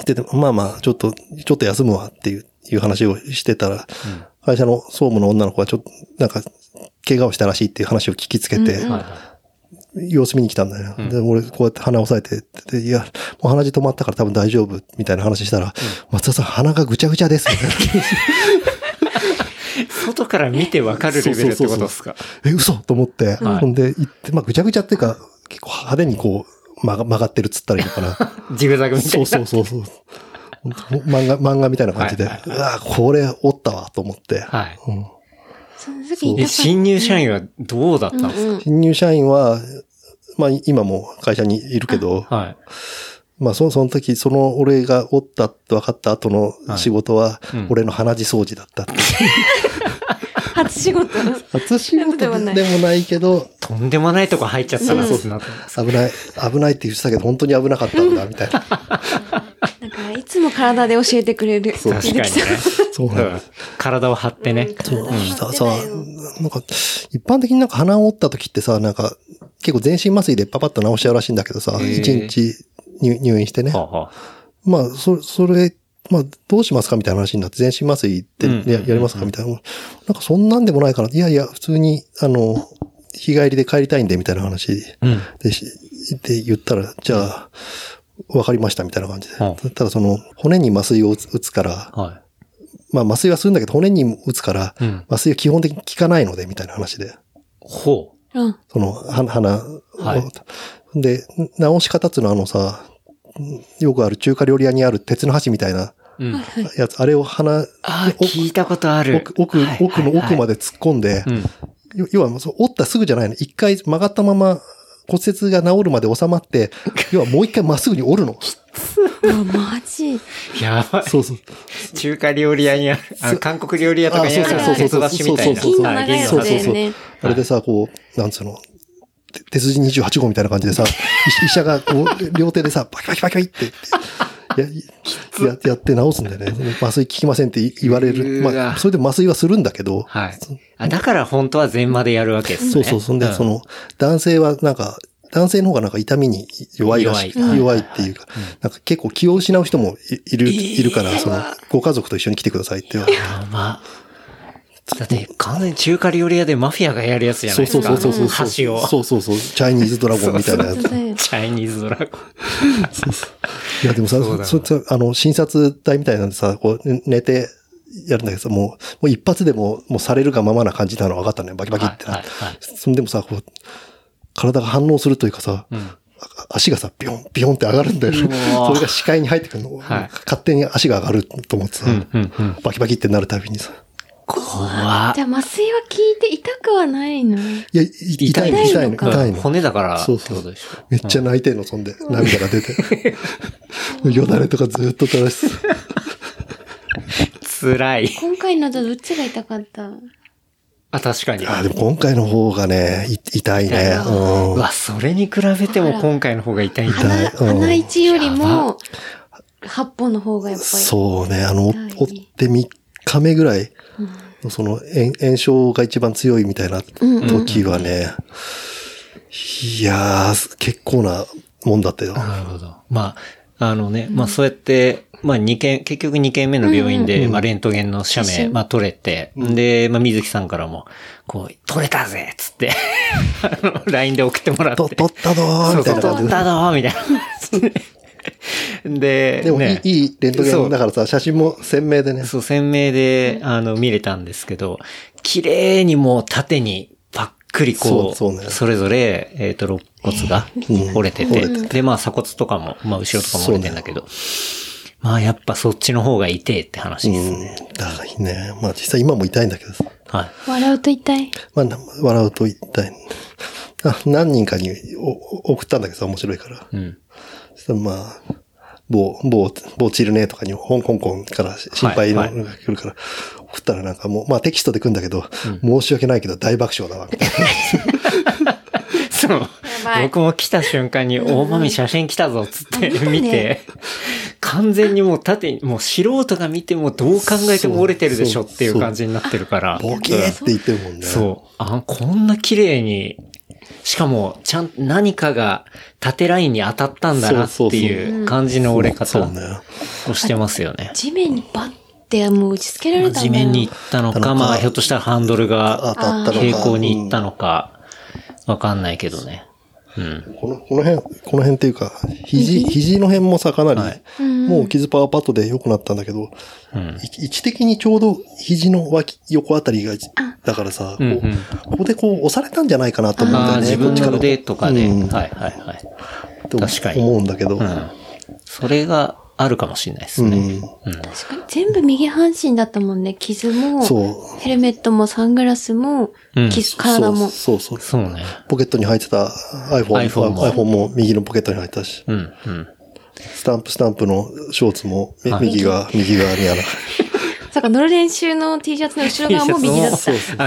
でまあまあ、ちょっと、ちょっと休むわっていう。いう話をしてたら、うん、会社の総務の女の子がちょっと、なんか、怪我をしたらしいっていう話を聞きつけて、うんうん、様子見に来たんだよ。うん、で、俺、こうやって鼻押さえて、で、いや、もう鼻血止まったから多分大丈夫、みたいな話したら、うん、松田さん鼻がぐちゃぐちゃです、みたいな。 外から見てわかるレベルってことですか？ え、嘘と思って、はい、ほんで、行って、まあ、ぐちゃぐちゃっていうか、結構派手にこう、曲が、曲がってるっつったらいいのかな。 ジグザグみたいな。 そうそうそうそう。漫画、漫画みたいな感じで、はいはいはい、うわこれ折ったわと思って。 はい。 うん、 その時に新入社員はどうだったんですか？うんうん、 新入社員は、まあ今も会社にいるけど、 はい。 まあその、その時、その俺が折ったって分かった後の仕事は、俺の鼻血掃除だったって。 初仕事。 初仕事でもないけど。 とんでもないとこ入っちゃったな、そうですな。 危ない、危ないって言ってたけど、本当に危なかったんだ、みたいな。 なんか、いつも体で教えてくれる。 確かにね。 そうなん体を張ってね。 そう。さ、さ、なんか、一般的になんか鼻を折った時ってさ、なんか、結構全身麻酔でパパッと治しちゃうらしいんだけどさ、一日入院してね。ははまあ、そ、それ、まあ、どうしますかみたいな話になって、全身麻酔ってやりますかみたいな。なんかそんなんでもないかな。いやいや、普通に、あの、日帰りで帰りたいんで、みたいな話で、うん、で、で言ったら、じゃあ、わかりました、みたいな感じで。はあ、ただその、骨に麻酔を打つ、打つから、はい、まあ麻酔はするんだけど、骨に打つから、うん、麻酔は基本的に効かないので、みたいな話で。 ほう。うん、 その、は、鼻、はい、で、治し方っていうのはあのさ、よくある中華料理屋にある鉄の箸みたいなやつ、うん、あれを鼻、 ああ、聞いたことある。 奥、奥、奥の奥まで突っ込んで、うん要は、折ったすぐじゃないの。一回曲がったまま骨折が治るまで収まって、要はもう一回まっすぐに折るの。 うわ、マジやばい。 そうそう。 中華料理屋にある、あ韓国料理屋とかにある鉄箸みたいな。 銀の長いやつだよね。 あれでさ、こう、なんつうの、手筋にじゅうはち号みたいな感じでさ、医者がこう、両手でさ、パキパキパキパキって、や、や、やって治すんだよね。麻酔効きませんって言われる。まあ、それで麻酔はするんだけど。 はい。あ、だから本当は全麻でやるわけですね。 そうそう。そんで、うん、その、男性はなんか、男性の方がなんか痛みに弱いらしい。弱い、弱いっていうか、うん、なんか結構気を失う人もいる、いるから、その、ご家族と一緒に来てくださいって言われて。 やば。だって、完全に中華料理屋でマフィアがやるやつじゃないですか。 そうそうそうそう。 箸を。 そうそうそう。チャイニーズドラゴンみたいなやつ。 チャイニーズドラゴン。 そうそう。いや、でもさ、そそあの、診察台みたいなんでさ、こう、寝てやるんだけどさ、もう、もう一発でも、もうされるがままな感じなの分かったね。バキバキって。はいはいはい、そんでもさ、こう、体が反応するというかさ、うん、足がさ、ビヨン、ビヨンって上がるんだよ。それが視界に入ってくるの。はい、勝手に足が上がると思ってさ、うんうんうん、バキバキってなるたびにさ、 怖っ。じゃあ麻酔は効いて痛くはないの？いや、痛いの、痛いの、痛いの。 骨だから。 そうそう。めっちゃ泣いてんの、そんで。涙が出て。よだれとかずっと垂らす。 辛い。 今回のとどっちが痛かった？ あ、確かに。 あ、でも今回の方がね、痛いね。 うん。うわ、それに比べても今回の方が痛いんだ。 鼻、鼻一よりも、八本の方がやっぱり。 そうね、あの、折ってみっかめぐらい、うん、その炎症が一番強いみたいな時はね、うんうんうん、いやー、結構なもんだったよ。 なるほど。まあ、あのね、うん、まあそうやって、まあ二件、結局二件目の病院で、うんうん、まあレントゲンの写メ、まあ撮れて、うん、で、まあ水木さんからも、こう、撮れたぜっつって、あの、ライン で送ってもらって。 撮ったぞーみたいな。 そう、撮ったぞーみたいな。で、 でもいい、ね、いいレントゲンだからさ、写真も鮮明でね。 そう、鮮明で、あの、見れたんですけど、綺麗にもう縦にパックりこう、そうそうね、それぞれ、えっと、肋骨が折れてて、うん、で、まあ鎖骨とかも、まあ後ろとかも折れてんだけど、ね、まあやっぱそっちの方が痛いって話ですね。 うん、だからね、まあ実際今も痛いんだけどさ。 はい。 笑うと痛い。 まあ、笑うと痛い。あ、何人かに送ったんだけどさ、面白いから。うん。そしたらまあ、某、某、某チルネとかに香港から心配のが来るから、送ったらなんかもう、まあテキストで来るんだけど、うん、申し訳ないけど大爆笑だわ、みたいな。 そう。僕も来た瞬間に、大まみ写真来たぞ、つって見て、完全にもう縦に、もう素人が見てもどう考えても折れてるでしょっていう感じになってるから。 ボケーって言ってるもんね。 そう。あ、こんな綺麗に、しかも、ちゃん、何かが縦ラインに当たったんだなっていう感じの折れ方をしてますよね。 地面にバッてもう打ち付けられたんだよ。 地面に行ったのか、まあひょっとしたらハンドルが平行に行ったのか、わかんないけどね。うん、 この、この辺、この辺っていうか、肘、肘の辺もさ、かなり、はい、もう傷パワーパッドで良くなったんだけど、うん、位置的にちょうど肘の脇、横あたりが、だからさ、うんうん、こうここでこう押されたんじゃないかなと思うんだよね。 自分の腕とかで、うん、はいはいはい。確かに。 思うんだけど。うん、 それが、あるかもしれないですね。うんうん、 確かに全部右半身だったもんね。傷も、ヘルメットもサングラスも、うん、体も。 そうそうそう。そうね。 ポケットに入ってた iPhone, iPhone も iPhone も右のポケットに入ったし。 うんうん、 スタンプスタンプのショーツも、はい、右側、右側にある。 そうか、乗る練習の T シャツの後ろ側も右だった。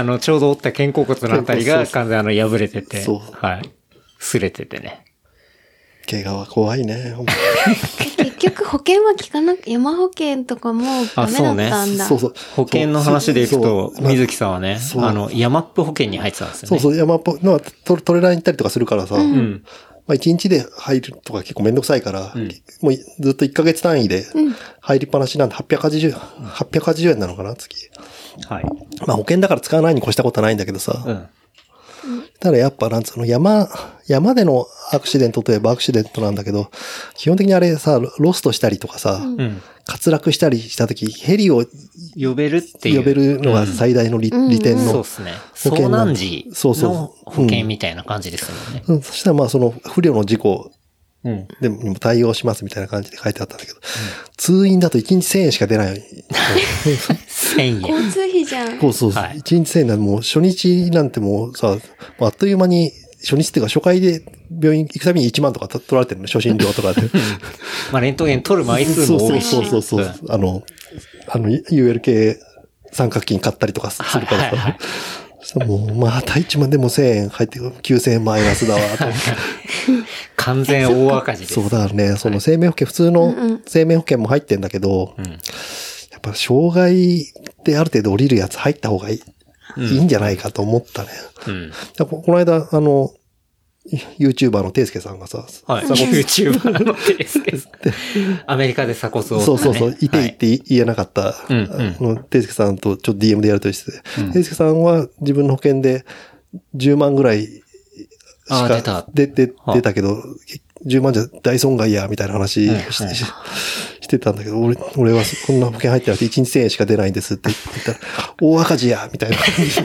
あの、ちょうど折った肩甲骨のあたりが完全あの破れてて、はい。擦れててね。 怪我は怖いね。 結局保険は効かなく、山保険とかもダメだったんだ。 そうそう。 保険の話でいくと、水木さんはね、あの、山っぽ保険に入ってたんですよね。 そうそう、山っぽ、まあ、トレラン行ったりとかするからさ、うん、まあ一日で入るとか結構めんどくさいから、うん、もうずっといっかげつ単位で入りっぱなしなんではっぴゃくはちじゅう、はっぴゃくはちじゅうえんなのかな、月。はい。まあ保険だから使わないに越したことはないんだけどさ、うんただやっぱなんつうの、山、山でのアクシデントといえばアクシデントなんだけど、基本的にあれさ、ロストしたりとかさ、うん、滑落したりしたとき、ヘリを呼べるっていう。 呼べるのが最大の利、うん、利点の。 そうですね。遭難時の保険みたいな感じですよね。 うん、そしたらまあその不慮の事故でも対応しますみたいな感じで書いてあったんだけど、うん、通院だといちにちせんえんしか出ない。 せんえん。 交通費じゃん。 そうそうそう。はい、いちにちせんえんなんてもう初日なんてもうさ、あっという間に初日っていうか初回で病院行くたびにいちまんとか取られてるの、初診料とかで。 まあレントゲン取る枚数も多いし。 そうそうそうそう、うん。あの、あの ユーエル 系三角筋買ったりとかするからさ。はいはいはいもう、またいちまんでもせんえん入ってきゅうせんえんマイナスだわ、と。 完全大赤字です。 そうだね。その生命保険、普通の生命保険も入ってんだけど、うん、やっぱ障害である程度降りるやつ入った方がいい、うん、いいんじゃないかと思ったね。うん、こ, この間、あの、YouTuber のていすけさんがさ、 はい、YouTuber のていすけさん。アメリカで鎖骨を、ね。 そうそうそう、いていって言えなかった、ていすけさんとちょっと ディーエム でやるとして、ていすけさんは自分の保険でじゅうまんぐらいしか出た。 出て、出たけど、じゅうまんじゃ大損害や、みたいな話し,、うんうん、してたんだけど、俺、俺はこんな保険入ってなくていちにちせんえんしか出ないんですって言ったら、大赤字や、みたいな感じ。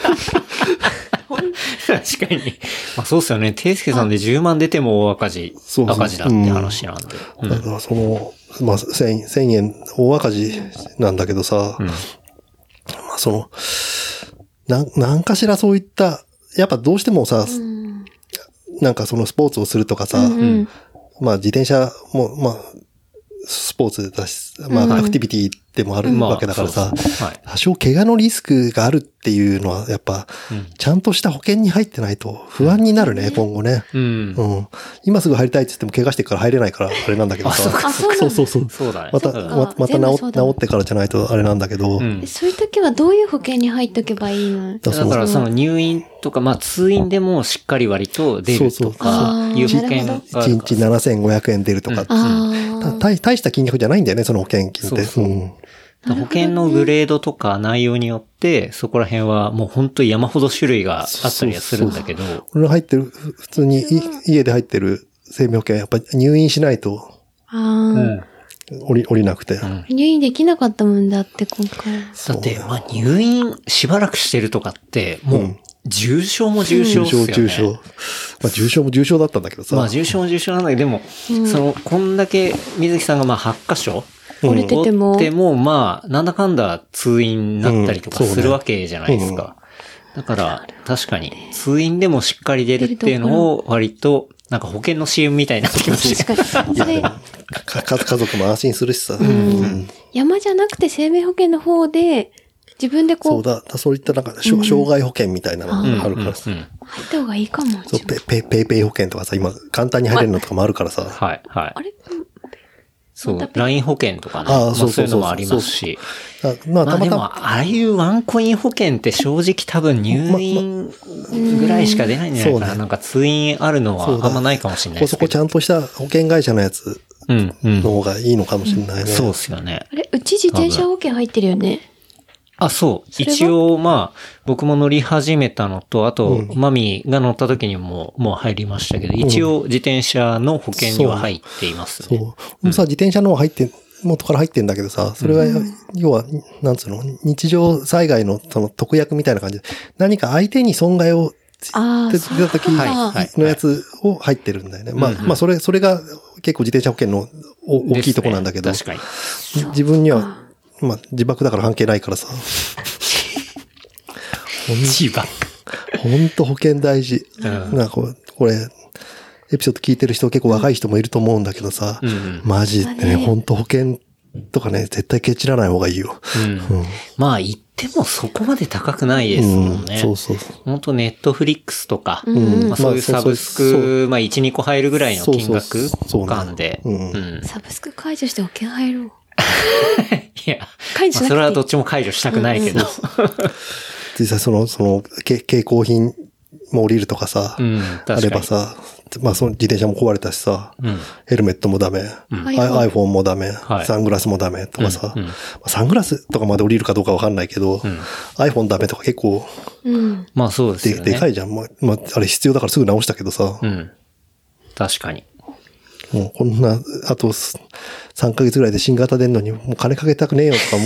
確かに。まあそうっすよね。ていすけさんでじゅうまん出ても大赤字。そうそう赤字だって話なんで。 うん、だからその、まあ千、千円大赤字なんだけどさ、うん、まあその、な、なんかしらそういった、やっぱどうしてもさ、うん、なんかそのスポーツをするとかさ、うんうん、まあ自転車も、まあ、スポーツだし、まあアクティビティでもあるわけだからさ、多少怪我のリスクがあるっていうのはやっぱ、ちゃんとした保険に入ってないと不安になるね、今後ね。うん。今すぐ入りたいって言っても怪我してから入れないからあれなんだけどさ。そうそうそう。 そうだね。 また、また治ってからじゃないとあれなんだけど。 そういう時はどういう保険に入っとけばいいの？ だからその入院とか、まあ通院でもしっかり割と出るとか、いう保険が。 いちにちななせんごひゃくえん出るとか。大した金額じゃないんだよね、その保険金って。そうそううん保険のグレードとか内容によって、そこら辺はもう本当に山ほど種類があったりはするんだけど。 俺の入ってる、普通に家で入ってる生命保険はやっぱり入院しないと、降り、降りなくて、うん。 入院できなかったもんだって、今回。 だって、まあ入院しばらくしてるとかって、もう、重症も重症ですよね。重症、重症。 まあ重症も重症だったんだけどさ。 まあ重症も重症なんだけど、でも、うん、その、こんだけ水木さんがまあはち箇所折れてても。 でも、まあ、なんだかんだ通院になったりとかするわけじゃないですか。だから、確かに、通院でもしっかり出るっていうのを割と、なんか保険の シーエム みたいな気持ちで。 確かに。それ家族も安心するしさ。 うんうん、山じゃなくて生命保険の方で、自分でこう。 そうだ、そういったなんか、障害保険みたいなのがあるからさ。 入った方がいいかも。 そう、ペイペイペイ保険とかさ、今、簡単に入れるのとかもあるからさ。 はい、はい。 あれそう、ライン 保険とかね。ああ、そうそうそう。そういうのもありますし。まあ、まあでも、ああいうワンコイン保険って正直多分入院ぐらいしか出ないんじゃないかな。まま、なんか通院あるのはあんまないかもしれないですけど。 そこちゃんとした保険会社のやつの方がいいのかもしれないね。うんうん、 そうですよね。 あれ、うち自転車保険入ってるよね。 あ、そう。一応、まあ、僕も乗り始めたのと、あと、うん、マミが乗った時にも、もう入りましたけど、一応、自転車の保険には入っていますね。そう。そううん、さ、自転車の方入って、元から入ってんだけどさ、それは、うん、要は、なんつうの、日常災害のその特約みたいな感じで、何か相手に損害を、 あ出た時のやつを入ってるんだよね。まあ、まあ、それ、それが結構自転車保険の大きいとこなんだけど、 ね、確かに。 自分には、まあ、自爆だから関係ないからさ。 自爆。 ほんと保険大事。うん、なんかこれ、これ、エピソード聞いてる人結構若い人もいると思うんだけどさ、うんうん、マジでね、ほんと保険とかね、絶対ケチらない方がいいよ。 うん。うん、まあ言ってもそこまで高くないですもんね。うん、 そうそう。 本当ネットフリックスとか、うん、まあ、そういうサブスク、まあいち、にこ入るぐらいの金額感で。 サブスク解除して保険入ろう。 いや、解除しなくていい、まあ、それはどっちも解除したくないけど。うんうん、 実際その、その、携行品も降りるとかさ、うん、あればさ、まあその自転車も壊れたしさ、うん、ヘルメットもダメ、うん、iPhone もダメ、はい、サングラスもダメとかさ、うんうん、サングラスとかまで降りるかどうかわかんないけど、うん、iPhone ダメとか結構、 うん、まあそうですよね。 で、でかいじゃん。まあ、まあ、あれ必要だからすぐ直したけどさ、 うん、確かに。 もうこんな、あとさんかげつぐらいで新型出んのに、もう金かけたくねえよとかもう。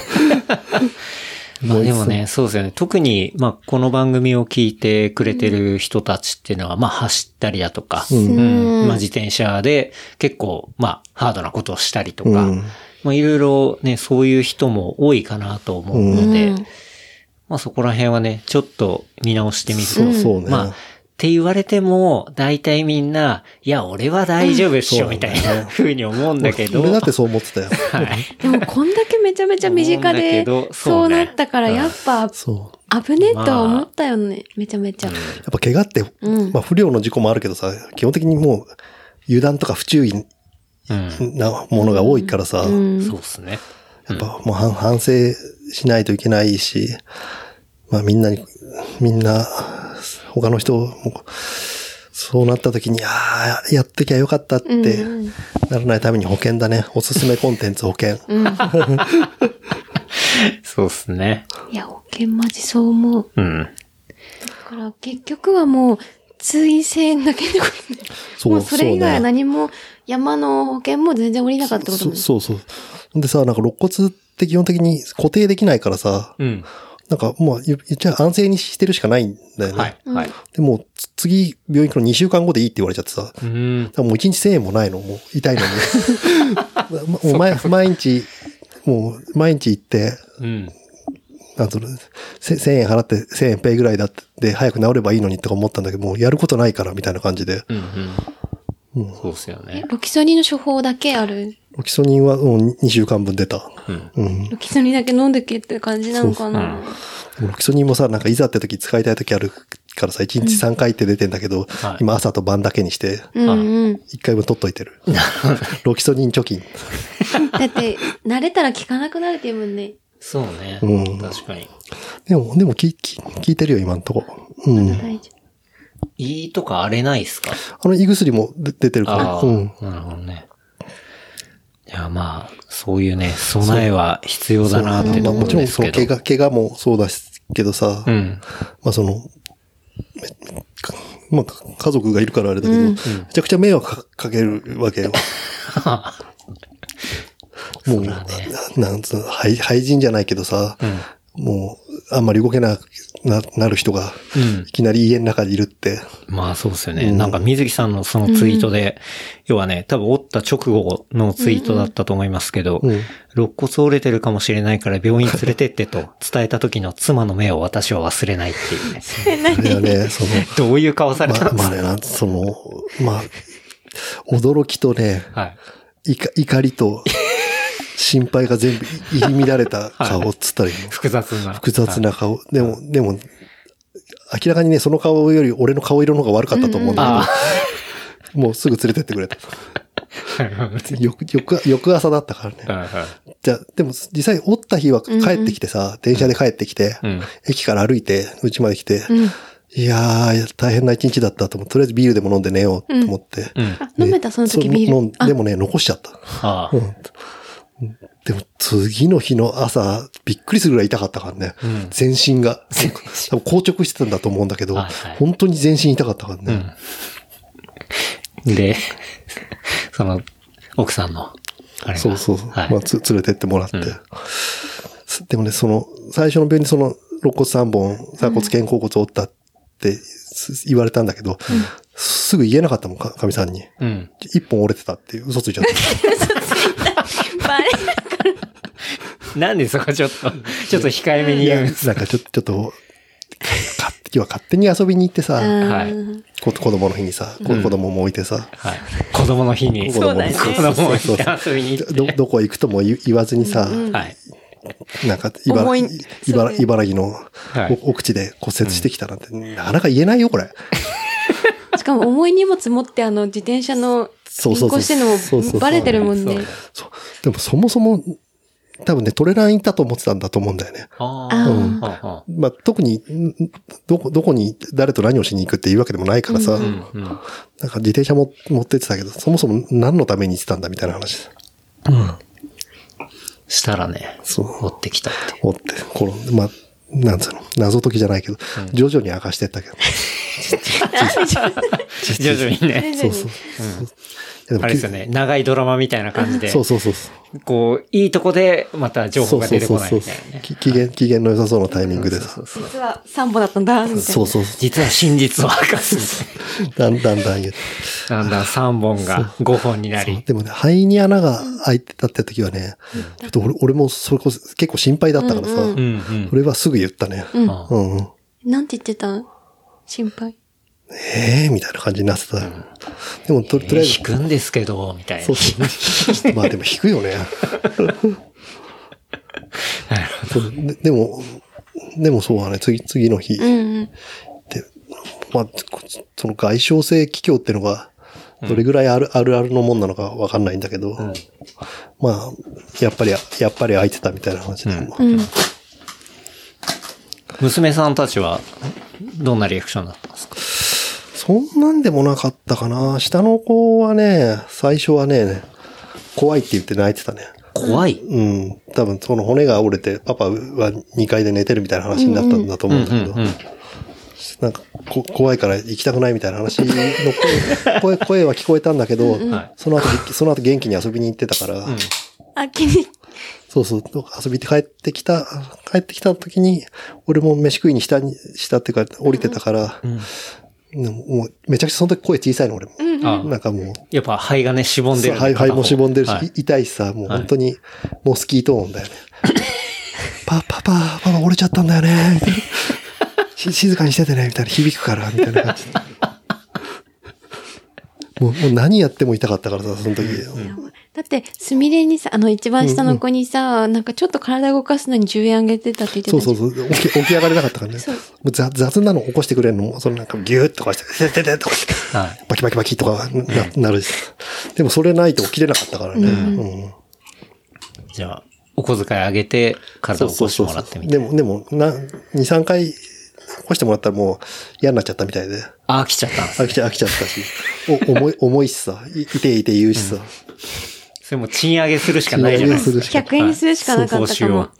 まあでもね、そうですよね。特に、まあこの番組を聞いてくれてる人たちっていうのは、まあ走ったりだとか、うんうん、まあ自転車で結構、まあハードなことをしたりとか、うん、まあいろいろね、そういう人も多いかなと思うので、うん、まあそこら辺はね、ちょっと見直してみると、 そうそうね。 まあって言われても、大体みんな、いや、俺は大丈夫っしょ、みたいな風に思うんだけど。 俺だってそう思ってたよ。 はい。でも、こんだけめちゃめちゃ身近で、そうなったから、やっぱ、危ねえとは思ったよね、めちゃめちゃ。やっぱ怪我って、まあ不良の事故もあるけどさ、基本的にもう、油断とか不注意なものが多いからさ、 そうですね。 やっぱもう反省しないといけないし、まあみんなに、みんな、他の人も、そうなった時に、ああ、やってきゃよかったってならないために保険だね。おすすめコンテンツ保険。うん、 そうっすね。 いや、保険マジそう思う。 うん。 だから結局はもう、通院せんえんだけで、そう、もうそれ以外は何も、山の保険も全然降りなかったことも、 そうそうそう。でさ、なんか肋骨って基本的に固定できないからさ、うん。なんかもう言っちゃ安静にしてるしかないんだよね。はい。はい。でも次病院行くのにしゅうかんごでいいって言われちゃってさ。うん。だからもういちにちせんえんもないの。もう痛いのに。もう毎毎日、もう毎日行って、うん。なんとせんえん払ってせんえんペイぐらいだって早く治ればいいのにとか思ったんだけど、もうやることないからみたいな感じで。うんうん。うん、そうっすよね。 ロキソニンの処方だけある？ ロキソニンはもうにしゅうかんぶん出た。うん。うん、 ロキソニンだけ飲んでけって感じなのかな。 うん、ロキソニンもさ、なんかいざって時使いたい時あるからさ、いちにちさんかいって出てんだけど、うん、今朝と晩だけにして、うん、いっかいぶん取っといてる。ロキソニン貯金。 だって、慣れたら効かなくなるって言うもんね。 そうね。うん。確かに。 でも、でも聞、聞いてるよ、今んとこ。うん。大丈夫。 胃とか荒れないですか？ あの胃薬も出てるから。 うん。なるほどね。いや、まあ、そういうね、備えは必要だなって思うんですけど。 まあ、もちろん、その、怪我、怪我もそうだけどさ、うん、まあその、まあ、家族がいるからあれだけど、うん、めちゃくちゃ迷惑かけるわけよ。もう、ね、なんつうの、廃人じゃないけどさ、うん、もう、あんまり動けなくな、なる人が、いきなり家の中にいるって。 うん、まあそうですよね。うん、なんか水木さんのそのツイートで、うん、要はね、多分折った直後のツイートだったと思いますけど、うん、肋骨折れてるかもしれないから病院連れてってと伝えた時の妻の目を私は忘れないっていうね。 何？いやね、その、 どういう顔されたんですか？ まあ、まあね、その、まあ、驚きとね、はい、怒りと、心配が全部入り乱れた顔っつったらいいの、はい、 複雑な。 複雑な顔。はい、でも、でも、明らかにね、その顔より俺の顔色の方が悪かったと思うんだけど、もうすぐ連れてってくれた。翌、翌、翌朝だったからね。はいはい、じゃあ、でも実際折った日は帰ってきてさ、うんうん、電車で帰ってきて、うん、駅から歩いて、家まで来て、うん、いやー、大変な一日だったと思って、とりあえずビールでも飲んで寝ようと思って。 うんうん、飲めたその時ビール。 でもね、残しちゃった。ああ、うんでも次の日の朝、びっくりするぐらい痛かったからね。うん、全身が。多分硬直してたんだと思うんだけど、はいはい、本当に全身痛かったからね。 うん、で、その、奥さんの、あれがそうそうそう。はい、まあつ、連れてってもらって、うん。でもね、その、最初の病院にその、肋骨さんぼん、鎖骨肩甲骨折ったって言われたんだけど、うん、すぐ言えなかったもん、かみさんに。うん、一本折れてたっていう嘘ついちゃった。 バレるなんでそこちょっと、ちょっと控えめに言うんですか？なんかちょっと、ちょっと、 要は勝手に遊びに行ってさ、 はい。 子供の日にさ、子供も置いてさ。 はい。子供の日に。 そうだね。 子供を置いて遊びに行って。 ど、どこ行くとも言わずにさ、 はい。 なんか、茨城、茨城、茨城の奥地で骨折してきたなんて、なかなか言えないよ、これ。 しかも重い荷物持ってあの自転車の引っ越してるのもバレてるもんね。 そう。でもそもそも、多分ね、トレラン行ったと思ってたんだと思うんだよね。ああ。うん。まあ、特に、どこ、どこに誰と何をしに行くっていうわけでもないからさ、うんうん、なんか自転車も持ってってたけど、そもそも何のために行ってたんだみたいな話。うん。 したらね、そう。追ってきたって。 追って、この、まあ、なんつうの、謎解きじゃないけど、うん、徐々に明かしてったけど。 徐々にね。 そうそう。 うん、あれですよね、長いドラマみたいな感じで。 そうそうそう。 こう、いいとこでまた情報が出てこないみたいなね。 機嫌、機嫌の良さそうなタイミングでさ。 実はさんぼだったんだ、みたいな。 そうそう。 実は真実を明かす。 だんだんだん言う。 だんだんさんぼんがごほんになり。 でもね、肺に穴が開いてたって時はね、ちょっと俺俺もそれこそ結構心配だったからさ、それはすぐ言ったね。うん。 なんて言ってた？心配。 ええー、みたいな感じになってた。うん、でもと、とりあえず。 引くんですけど、みたいな。 そうそう。まあでも引くよね。で, でも、でもそうだね、次、次の日。うんうん、で、まあ、その外傷性気胸っていうのが、どれぐらいある、うん、あるあるのもんなのかわかんないんだけど、うん、まあ、やっぱり、やっぱり空いてたみたいな話で。うんうん、 娘さんたちは、どんなリアクションだったんですか？ そんなんでもなかったかな。下の子はね、最初はね、怖いって言って泣いてたね。 怖い？ うん。多分その骨が折れて、パパはにかいで寝てるみたいな話になったんだと思うんだけど、なんかこ怖いから行きたくないみたいな話の声、声、声は聞こえたんだけど、うん、その後、その後元気に遊びに行ってたから、うん、 あ、気に。そうそう、遊びに帰ってきた、帰ってきた時に、俺も飯食いに下に、下っていうか降りてたから、うんもうめちゃくちゃその時声小さいの俺も。うんうん、なんかもう。 やっぱ肺がね、しぼんでる、 ね。肺、肺もしぼんでるし、はい、痛いしさ、もう本当にモスキート音だよね。パパパ、パパ折れちゃったんだよね。みたいな静かにしててね、みたいな響くから、みたいな感じで。もう、もう何やっても痛かったからさ、その時。うんだって、すみれにさ、あの一番下の子にさ、うんうん、なんかちょっと体動かすのにじゅうえんあげてたって言ってた。 そうそうそう。起き、起き上がれなかったからね。そう。もう雑雑なの起こしてくれるのも、そのなんかギューッとかして、てててとかして、はい、バキバキバキとかな、なるし。でもそれないと起きれなかったからね。うんうん、 じゃあ、お小遣いあげて、体を起こしてもらってみて。 でも、でも、な、に、さんかい起こしてもらったらもう嫌になっちゃったみたいで。 あ、飽きちゃったんですね。飽きちゃ、飽きちゃったし。お、重い、重いしさ。いていて言うしさ。うんそれも賃上げするしかないじゃないですか。 ひゃくえんにするしかなかったかも。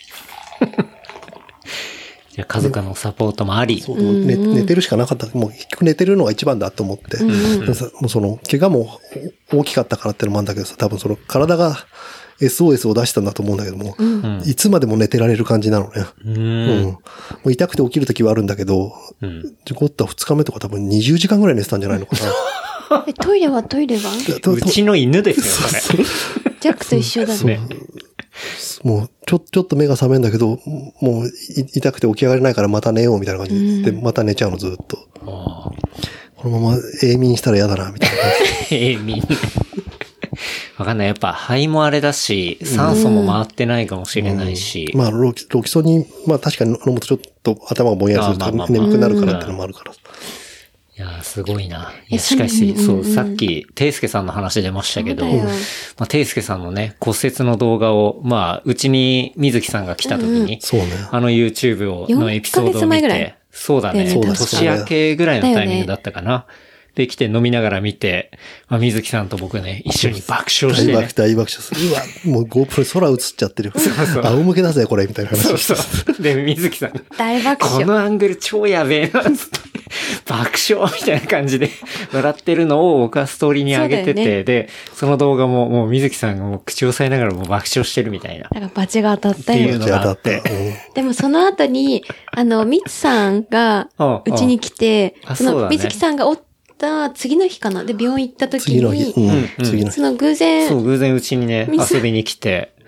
じゃあ家族のサポートもあり。 そう、寝、寝てるしかなかった。もう結局寝てるのが一番だと思って。うんうん、もうその、怪我も大きかったからってのもあるんだけどさ、多分その体が エスオーエス を出したんだと思うんだけども、うん、いつまでも寝てられる感じなのね。うん。うん、もう痛くて起きるときはあるんだけど、うん、事故ったふつかめとか多分にじゅうじかんぐらい寝てたんじゃないのかな。 え、トイレはトイレはうちの犬ですよ、それ。 ジャックと一緒だね。 もう、ちょ、ちょっと目が覚めんだけど、もう、痛くて起き上がれないからまた寝ようみたいな感じで、うん、また寝ちゃうのずっと。このまま永眠したら嫌だな、みたいな。 永眠。わかんない。やっぱ肺もあれだし、酸素も回ってないかもしれないし。 うんうん、まあロキ、ロキソニン、まあ確かに飲むとちょっと頭がぼんやりすると眠くなるからっていうのもあるから。 いやー、すごいな。いや、しかし、そう、さっき、ていすけさんの話出ましたけど、まあ、ていすけさんのね、骨折の動画を、まあ、うちに水木さんが来た時に、そうね。あの YouTube を、のエピソードを見て、そうだね。年明けぐらいのタイミングだったかな。で、来て飲みながら見て、まあ、水木さんと僕ね、一緒に爆笑して、ね。 大爆、大爆笑する。うわ、もう GoPro 空映っちゃってる。そうそう。仰向けだぜ、これ、みたいな話。 そうそう。で、水木さん。 大爆笑。 このアングル超やべえな、つって。爆笑みたいな感じで笑ってるのを僕はストーリーに上げてて、ね、で、その動画ももう水木さんがもう口を押さえながらもう爆笑してるみたいな。 なんかバチが当たったよ。 っていうのがあって。 でもその後に、あの、みつさんがうちに来て、その水木さんがおった次の日かなで、病院行った時に、 次の日。うん、 次の日。その偶然。 そう、偶然うちにね、遊びに来て、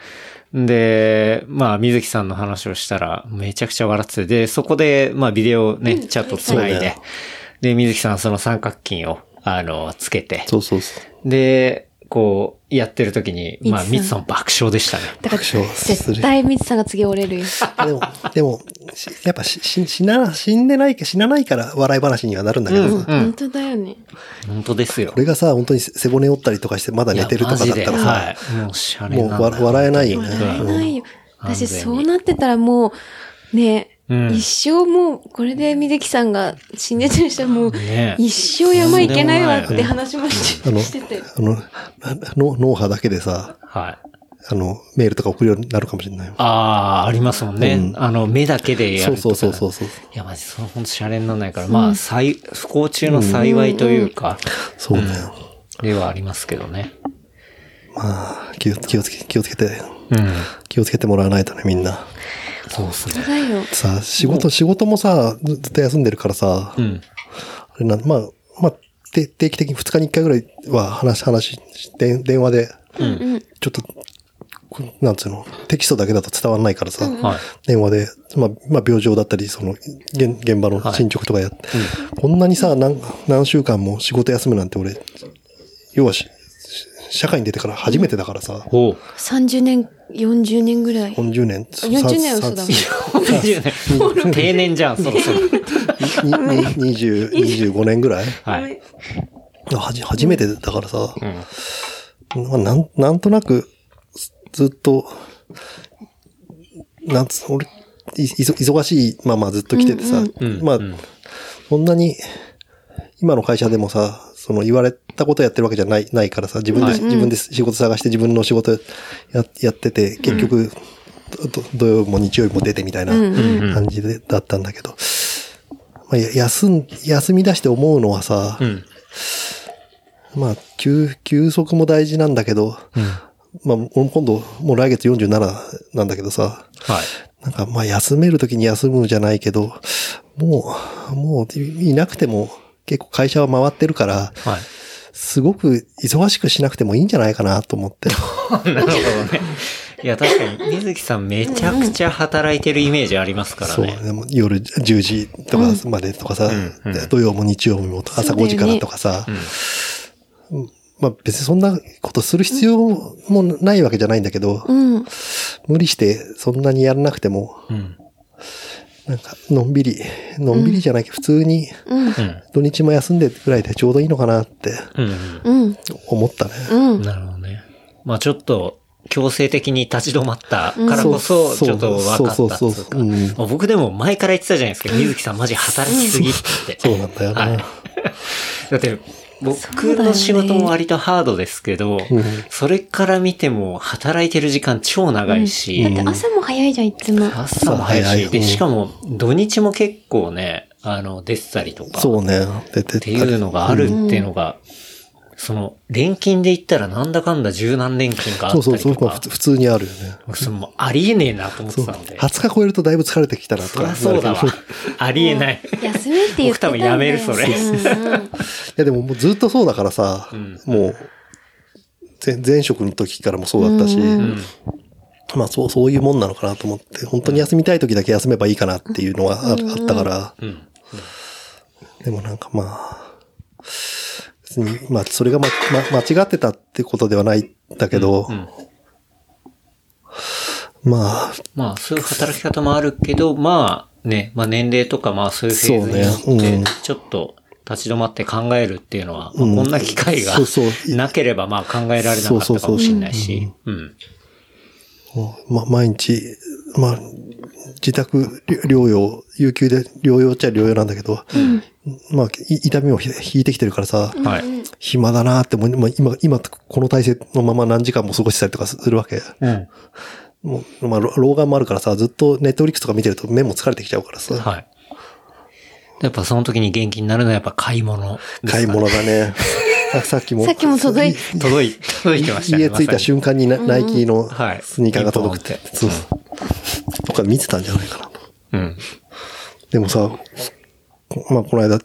で、まあ、水木さんの話をしたら、めちゃくちゃ笑ってて、で、そこで、まあ、ビデオね、うん、チャットつないで、で、水木さんその三角筋を、あの、つけて、 そうそうそう。 で、こう、やってる時に、まあ、ミツさん爆笑でしたね。 だから、絶対ミツさんが次折れるよ。 でも、でも、やっぱし、し、死な、死んでないか、死なないから笑い話にはなるんだけど、うんうん、 本当だよね。 本当ですよ。 これがさ、本当に背骨折ったりとかしてまだ寝てるとかだったらさ、はい、 もうシャレなんだ。 もう笑えないよね。 笑えないよ。私、そうなってたらもう、ね、うん、一生もう、これで水木さんが死んでてる人はもう、一生山行けないわって話もし て,、ね、してて。 あの、の脳波だけでさ、 はい。 あの、メールとか送るようになるかもしれない。 ああ、ありますもんね。うん、あの、目だけでやるとか。 そうそうそうそう。 いや、マジ、その本当シャレにならないから、うん、まあ、幸、不幸中の幸いというか。うんうん、 そうだよ、 うん。ではありますけどね。 まあ、気を気をつけ、気をつけて、うん、気をつけてもらわないとね、みんな。 そうですね。 そうだよ。 さあ、仕事、仕事もさ、ずっと休んでるからさ、うん、あれな、まあ、まあ、定期的にふつかにいっかいぐらいは話、話、で電話で、うん、ちょっと、なんつうの、テキストだけだと伝わんないからさ、うん、電話で、まあ、まあ、病状だったり、その、現、現場の進捗とかやって、はいうん、こんなにさ、何、何週間も仕事休むなんて俺、要はし、社会に出てから初めてだからさ。 うん、 さんじゅうねん、よんじゅうねんぐらい。 よんじゅうねん。 よんじゅうねんは嘘だ。 よんじゅうねん。定年じゃん、そろそろ。 にじゅう、にじゅうごねんぐらいはい。 はじ、初めてだからさ、うん、なん、なんとなく、ずっと、なんつ、俺、い、忙しいままずっと来ててさ、うんうん、まあ、うん、そんなに、今の会社でもさ、その言われたことやってるわけじゃない、ないからさ、自分で、はい、自分で仕事探して自分の仕事や、やってて、結局、うん、土曜も日曜日も出てみたいな感じで、だったんだけど、まあ、休ん、休み出して思うのはさ、うん、まあ、休、休息も大事なんだけど、うん、まあ、今度、もう来月よんじゅうなななんだけどさ、 はい。 なんか、まあ、休めるときに休むじゃないけど、もう、もう、いなくても、結構会社は回ってるから、はい、すごく忙しくしなくてもいいんじゃないかなと思って。 なるほどね。いや、確かに、水木さんめちゃくちゃ働いてるイメージありますからね。 そう、でも夜じゅうじとかまでとかさ、うんうん、土曜も日曜も朝ごじからとかさ、うん、まあ別にそんなことする必要もないわけじゃないんだけど、うん、無理してそんなにやらなくても、うんなんか、のんびり、のんびりじゃないけど、普通に、土日も休んでぐらいでちょうどいいのかなって、思ったね。 なるほどね。まあちょっと、強制的に立ち止まったからこそ、ちょっと分かったっていうか。僕でも前から言ってたじゃないですか、水木さんマジ働きすぎって。 そうなんだよね。はい、 だって、僕の仕事も割とハードですけど、そ, ね、それから見ても働いてる時間超長いし、 うん、だって朝も早いじゃん、いつも。 朝も早いし、で、しかも土日も結構ね、あの、出てたりとか。 そうね。 出てっていうのがあるっていうのが、うん、その、連勤で言ったらなんだかんだ十何連勤があったりとか。そうそうそう、 普通にあるよね。 そのありえねえなと思ってたんで。 はつか超えるとだいぶ疲れてきたなとか。 そりゃそうだわ。ありえない。 休めって言ってたんだよ。僕多分やめる、それ。うんうん、いやでももうずっとそうだからさ、うん、もう、前職の時からもそうだったし、うんうん、まあそう、そういうもんなのかなと思って、本当に休みたい時だけ休めばいいかなっていうのは あ,、うん、あったから、うんうん、でもなんかまあ、別に、まあ、それが、ま、ま、間違ってたってことではないんだけど、うんうん、まあ。 まあ、そういう働き方もあるけど、まあ、ね、まあ年齢とか、まあそういうフェーズによって、ちょっと立ち止まって考えるっていうのは、うんまあ、こんな機会がなければ、まあ考えられなかったかもしれないし、うん。 ま、毎日、まあ、自宅療養、有給で療養っちゃ療養なんだけど、うん、まあ、痛みも引いてきてるからさ、はい、暇だなって思う、まあ、今、今、この体勢のまま何時間も過ごしたりとかするわけ。うん、もう、まあ、老眼もあるからさ、ずっとネットフリックスとか見てると目も疲れてきちゃうからさ。はい。 やっぱその時に元気になるのはやっぱ買い物ですかね。 買い物だね。さっきも。 さっきも届いて。 届い、届いてましたね。 家着いた瞬間にナイキのスニーカーが届くって。うん、そうそう。とか見てたんじゃないかなと。うん。でもさ、まあこの間、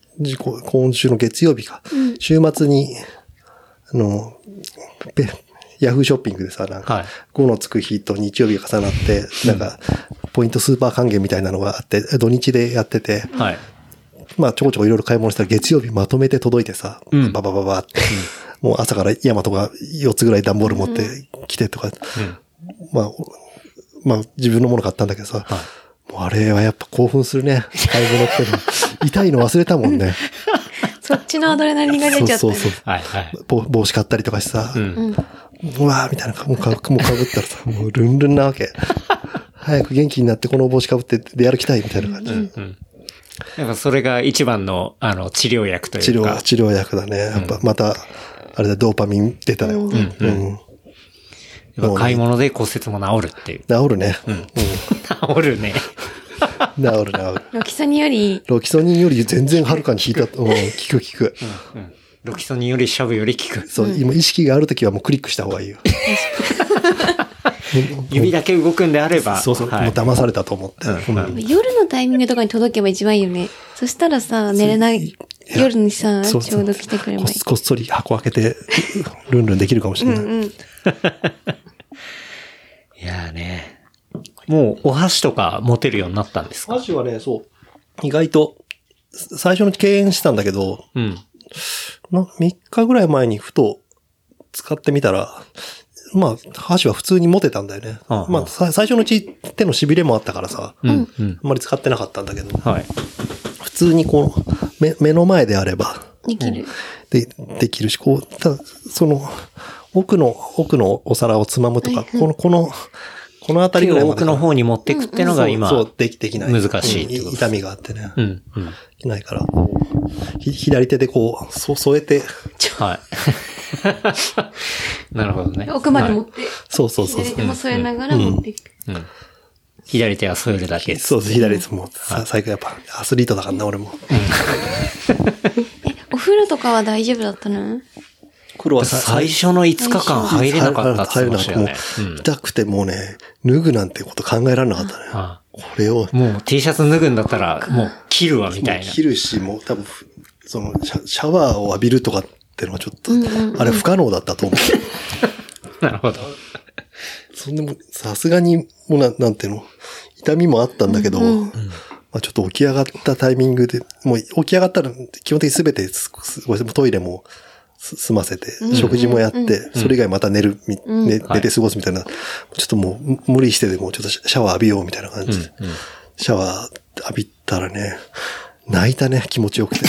今週の月曜日か。うん、週末に、あの、 ヤフーショッピングでさ、なんか、ごのつく日と日曜日が重なって、なんか、ポイントスーパー還元みたいなのがあって、土日でやってて、はい、まあ、ちょこちょこいろいろ買い物したら月曜日まとめて届いてさ、うん、ババババって、うん、もう朝からヤマトがよっつぐらい段ボール持ってきてとか、うん、まあ、まあ、自分のもの買ったんだけどさ、はい、もうあれはやっぱ興奮するね。買い物っての。痛いの忘れたもんね。 そっちのアドレナリンが出ちゃった、ね。 そうそうそう。はいはい。帽子買ったりとかしてさ、うん、うわーみたいな、もうかぶったらさ、もうルンルンなわけ。早く元気になってこの帽子かぶって出歩きたいみたいな感じ。うんうん、 やっぱそれが一番の、あの、治療薬というか。 治療、治療薬だね。やっぱまた、あれだ、ドーパミン出たよ。うん。うんうんやっぱ買い物で骨折も治るっていう。 治るね。 うん。治るね。 治る治る。 ロキソニンよりロキソニンより全然はるかに効いた。うん、効く効く。 うんうん。ロキソニンよりシャブより効く。 そう、今意識があるときはもうクリックした方がいいよ。 指だけ動くんであれば。 そうそう、はい、もう騙されたと思って、 うんうん。夜のタイミングとかに届けば一番いいよね。そしたらさ、寝れない。夜にさ、ちょうど来てくればいい。 こっそり箱開けて、ルンルンできるかもしれない。うんうん、いやーね。もうお箸とか持てるようになったんですか？ 箸はね、そう。意外と、最初の敬遠したんだけど、うん。みっかぐらい前にふと使ってみたら、まあ、箸は普通に持てたんだよね。ああまあ、最初のうち手の痺れもあったからさ、うん、うん、あんまり使ってなかったんだけど、はい、普通にこう、目、目の前であれば、 できる。 で、できるし、こう、ただ、その、奥の、奥のお皿をつまむとか、はいはい、この、この、このあたりぐらいまで。 奥の方に持っていくってのが今、 そう、でき、できない。 難しい、 うん。痛みがあってね。うん。うん。できないから、ひ左手でこう、そ、添えて。 はい。なるほどね。 奥まで持って。はい、 そうそうそう。 左手も添えながら持っていく。うん。うん、 左手は添えるだけ。 そうそう、左手も。さ、最後やっぱ、アスリートだからな、俺も。うん、 え、お風呂とかは大丈夫だったの？ 黒は最初のいつかかん入れなかったって言ってましたよね。 痛くてもうね、脱ぐなんてこと考えられなかったね。ああこれを。 もう T シャツ脱ぐんだったら、もう切るわみたいな。 切るし、もう多分、そのシャ、シャワーを浴びるとかってのはちょっと、うんうんうん、あれ不可能だったと思う。なるほど。 そんでも、さすがに、もうな、なんていうの、痛みもあったんだけど、うんうんまあ、ちょっと起き上がったタイミングで、もう起き上がったら基本的にすべてトイレも済ませて、うん、食事もやって、うん、それ以外また寝る、うん、寝, 寝て過ごすみたいな、はい、ちょっともう無理してでもちょっとシャワー浴びようみたいな感じで、うんうん、シャワー浴びたらね、泣いたね、気持ちよくて。い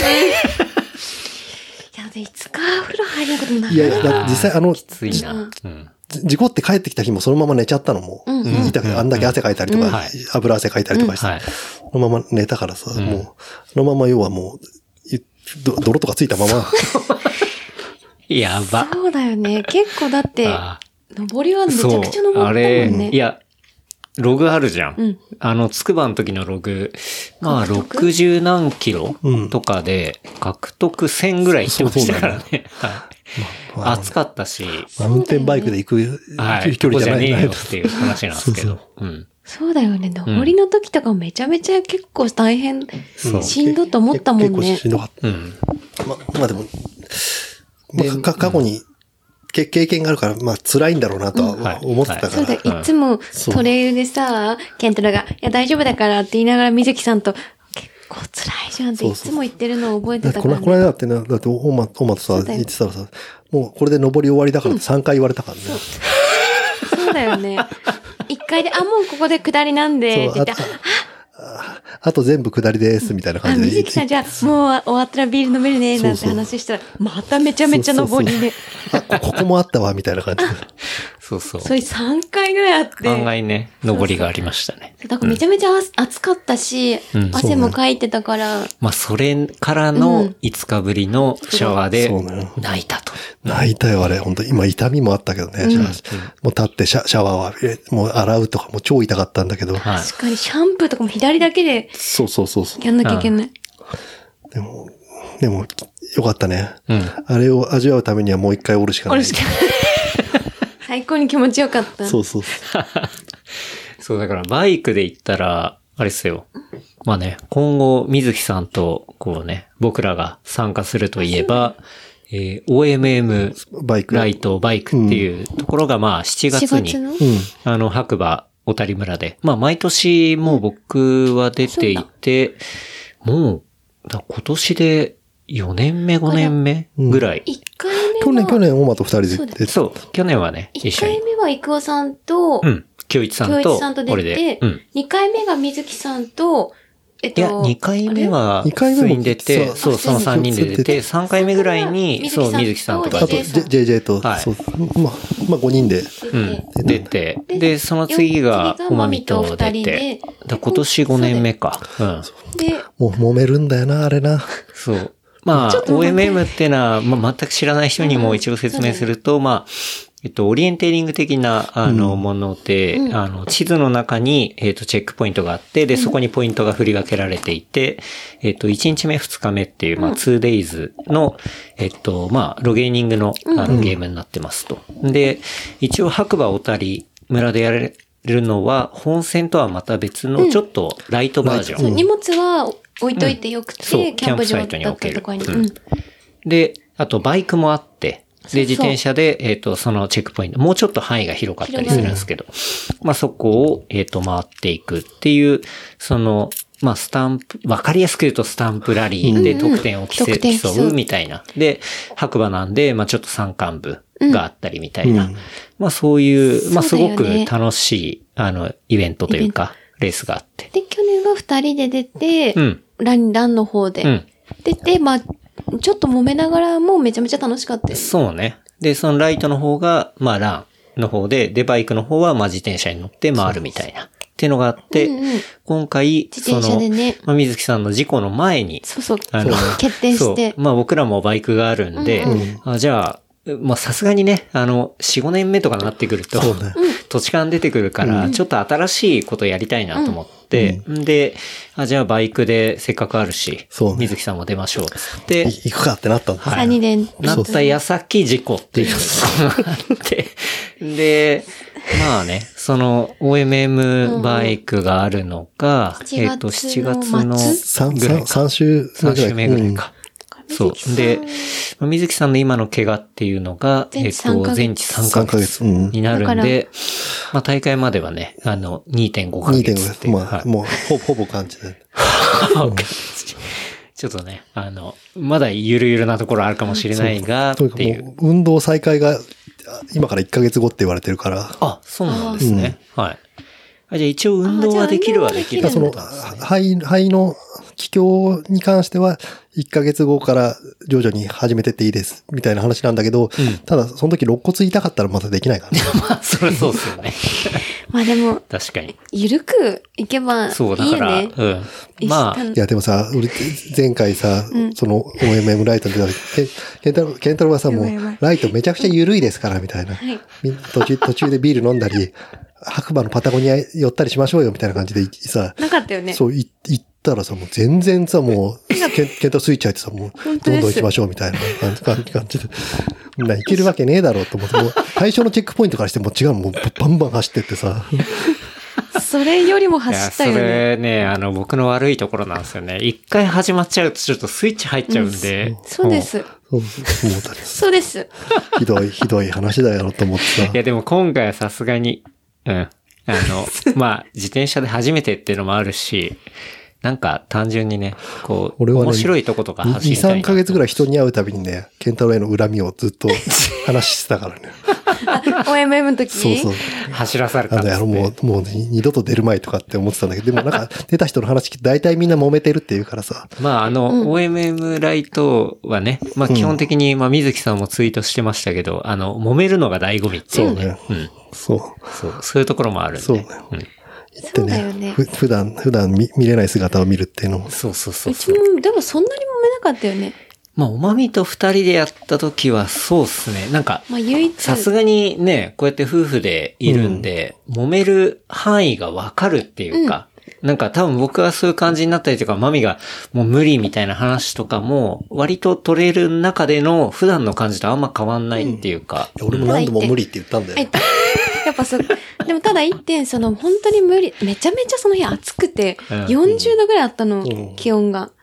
や、で、いつか風呂入ることもない。 いやいや、だ実際あの、 きついな。うん事故って帰ってきた日もそのまま寝ちゃったのも、うんうん、痛くてあんだけ汗かいたりとか、うん、油汗かいたりとかして、うんはい、そのまま寝たからさ、うん、もう、そのまま要はもう、泥とかついたまま。 やば。 そうだよね。結構だって、登りはめちゃくちゃ登ったもんね。あれ、 いや、ログあるじゃん。うん、あの、つくばの時のログ、まあ、ろくじゅう何キロとかで、獲得せんぐらい行ってましたからね。まあ、暑かったし。 マウンテンバイクで行く距離じゃないよっていう話なんですけど。 そうだよね。登りの時とかめちゃめちゃ結構大変、うん、しんどと思ったもんね。 結構しんどかった。うん、ま、まあでも、まあ、か過去に経験があるから、まあ辛いんだろうなとは思ってたから。 そうだ、いつもトレイルでさ、ケントラが、いや大丈夫だからって言いながら水木さんと、結構辛いじゃんっていつも言ってるのを覚えてたから、ね。 この間だってな、だってオマとさ、言ってたらさ、もうこれで登り終わりだからってさんかい言われたからね。 そう、そうだよね。一回で、あ、もうここで下りなんで、って言って、 あ, あと全部下りです、みたいな感じで。 あ、水木さんじゃあ、もう終わったらビール飲めるね、なんて話したら、そうそうまためちゃめちゃ登りで。 あ、ここもあったわ、みたいな感じで。 そうそう。 それさんかいぐらいあって。 案外ね、登りがありましたね。 だからめちゃめちゃ暑かったし、うん、汗もかいてたから。ね、 まあ、それからのいつかぶりのシャワーで泣いたと。 泣いたよ、あれ。本当今痛みもあったけどね。うん、もう立ってシャシャワーを浴びる、もう洗うとかも超痛かったんだけど。 はい、確かにシャンプーとかも左だけで。 そうそうそうそう。 やんなきゃいけない。 でも、でも、よかったね。うん。あれを味わうためにはもう一回おるしかない。おるしかない。 最高に気持ちよかった。 そうそう。 そう、だからバイクで行ったら、あれっすよ。まあね、今後、水木さんと、こうね、僕らが参加するといえば、 えー、オーエムエムバイク。 ライト、バイクっていうところが、まあ、しちがつに、 しちがつのあの、白馬小谷村で、まあ、毎年もう僕は出ていて、もう、だ今年でよねんめ、ごねんめぐらい。 いっかいめは。 去年、去年、大間と二人で出て。 そう、去年はね、一 1 緒に。 回目は郁夫さんと、 うん、京一さんと、 さんと出俺で。 て、 うん。 にかいめが水木さんと、えっと、 いや、にかいめは、 二回目も普通に出て、 そうそう、そのさんにんで出て、さんかいめぐらいに、そう、水木さんとかあと、 で、 ジェジェイジェイ と、 はいそう、まあ、まあごにんで。 うん、出て、で、その次が、おまみと出て、だ今年ごねんめか。うん。 で、 もう揉めるんだよな、あれな。 そう。まあ、オーエムエム ってのは、まあ、全く知らない人にも一応説明すると、まあ、えっと、オリエンテーリング的な、あの、もので、 うんあの、地図の中に、えっと、チェックポイントがあって、で、そこにポイントが振り分けられていて、えっと、いちにちめ、ふつかめっていう、まあ、ツーデイズの、えっと、まあ、ロゲーニングの、あの、ゲームになってますと。で、一応、白馬小谷村でやれるのは、本線とはまた別の、ちょっと、ライトバージョン。 そう荷物は置いといてよくて、 そうキャンプ場だキャンプサイトにっ置けるたところに。 ううんん。 で、あとバイクもあって、で、 そう自転車で、えっ、と、そのチェックポイント、もうちょっと範囲が広かったりするんですけど、まあそこを、えっ、と、回っていくっていう、その、まあスタンプ、わかりやすく言うとスタンプラリーで得点を競得点競う競うみたいな。で、白馬なんで、まあちょっと山間部があったりみたいな。 うんまあそういう、まあすそうだごよねく楽しい、あの、イベントというか、レースがあって。 で、去年は二人で出て、 うん。 ラン、ランの方で、 うん。 出て、まあ、ちょっと揉めながらもめちゃめちゃ楽しかったです。 そうね。で、そのライトの方が、まあランの方で、で、バイクの方は、まあ自転車に乗って回るみたいな。っていうのがあって、 うんうん今回、 自転車でねその、まあ、水木さんの事故の前に、 そうそう。 あの、 決定してそう。まあ僕らもバイクがあるんで、 うんあじゃあ、まあさすがにね、あの、よん、ごねんめとかになってくると、 そうね土地勘出てくるから、ちょっと新しいことやりたいなと思って、んで、あじゃあバイクでせっかくあるし、 そうね水木さんも出ましょうっつって、 い行くかってなったんだ。 はいさんにんで。 なった矢先事故っていうのがあって、で、まあね、その オーエムエム バイクがあるのが、 うんえっと、しちがつの三、三、 ぐらいか。 三週さん週目ぐらいか。そう水木さ。んで、まあ水木さんの今の怪我っていうのが、えっ全治さんと、 ヶ月全治さんか三ヶげつ月。うん。 になるだからんで、まあ大会まではね、あの、にてんごかにてんごげつっていう。 まあ、 はいもう、ほほぼ感じで。 ちょっとね、あの、まだゆるゆるなところあるかもしれないが、っとにかくていう。 もう、運動再開が、今からいっかげつごって言われてるから。 あ、そうなんですね。はい。あじゃあ一応運動はできるはできるだからその、肺、肺の気境に関しては、いっかげつごから徐々に始めてっていいです、みたいな話なんだけど、ただ、その時肋骨痛かったらまだできないからね。 まあ、それそうですよね。 まあでも、 確かに。 ゆるくいけばいいよね。 そう、だから、うん。まあ、 いや、でもさ、俺、前回さ、その オーエムエム ライトに出た時、ケンタロウ、ケンタロウはさ、もう、ライトめちゃくちゃ緩いですから、みたいな。み途中、途中でビール飲んだり、白馬のパタゴニア寄ったりしましょうよ、みたいな感じでさ、 なかったよね。 そう、い行ったらさ、もう全然さ、もう、ケンケンタロウスイッチ入ってさ、もう、 本当ですどんどん行きましょう、みたいな感じ感じ感じで。な、行けるわけねえだろうと思って、もう、最初のチェックポイントからしても違う、もう、バンバン走ってってさ。 それよりもいや、そ走ったよね。 れね、あの、僕の悪いところなんですよね。一回始まっちゃうとちょっとスイッチ入っちゃうんで。 そうです。 そう、そう思ったりそうです。 ひどい、ひどい話だよと思ってさ。 いや、でも今回はさすがに、うん。あの、まあ、自転車で初めてっていうのもあるし、なんか単純にね、こう、 俺はね面白いとことか走に、 りたいな。 さんかげつぐらい人に会うたびにね、ケンタロウへの恨みをずっと話してたからね。 オーエムエム の時そうそう。 走らされたあの野郎んですね。 もう、もう二度と出るまいとかって思ってたんだけど、でもなんか出た人の話聞いて大体みんな揉めてるっていうからさ。 まあ、あの、オーエムエム ライトはね、まあ基本的に、まあ水木さんもツイートしてましたけど、あの、揉めるのが醍醐味っていうね。 そうねうん。 そう。 そう、そういうところもあるんで。 そうねうん。 行ってそうだよねふ普段、普段見見れない姿を見るっていうのも。 そうそうそううちそう。 も、でもそんなに揉めなかったよね。 まあ、おまみと二人でやった時はそうっすね。なんか、 まあ唯一。 さすがにね、こうやって夫婦でいるんで、揉める範囲がわかるっていうか、なんか多分僕はそういう感じになったりとか、マミがもう無理みたいな話とかも、割と取れる中での普段の感じとあんま変わんないっていうか。 いや俺も何度も無理って言ったんだよ。 やっぱそう、でもただ一点、その本当に無理、めちゃめちゃその日暑くて、 うんよんじゅうどぐらいあったの、 うん気温が。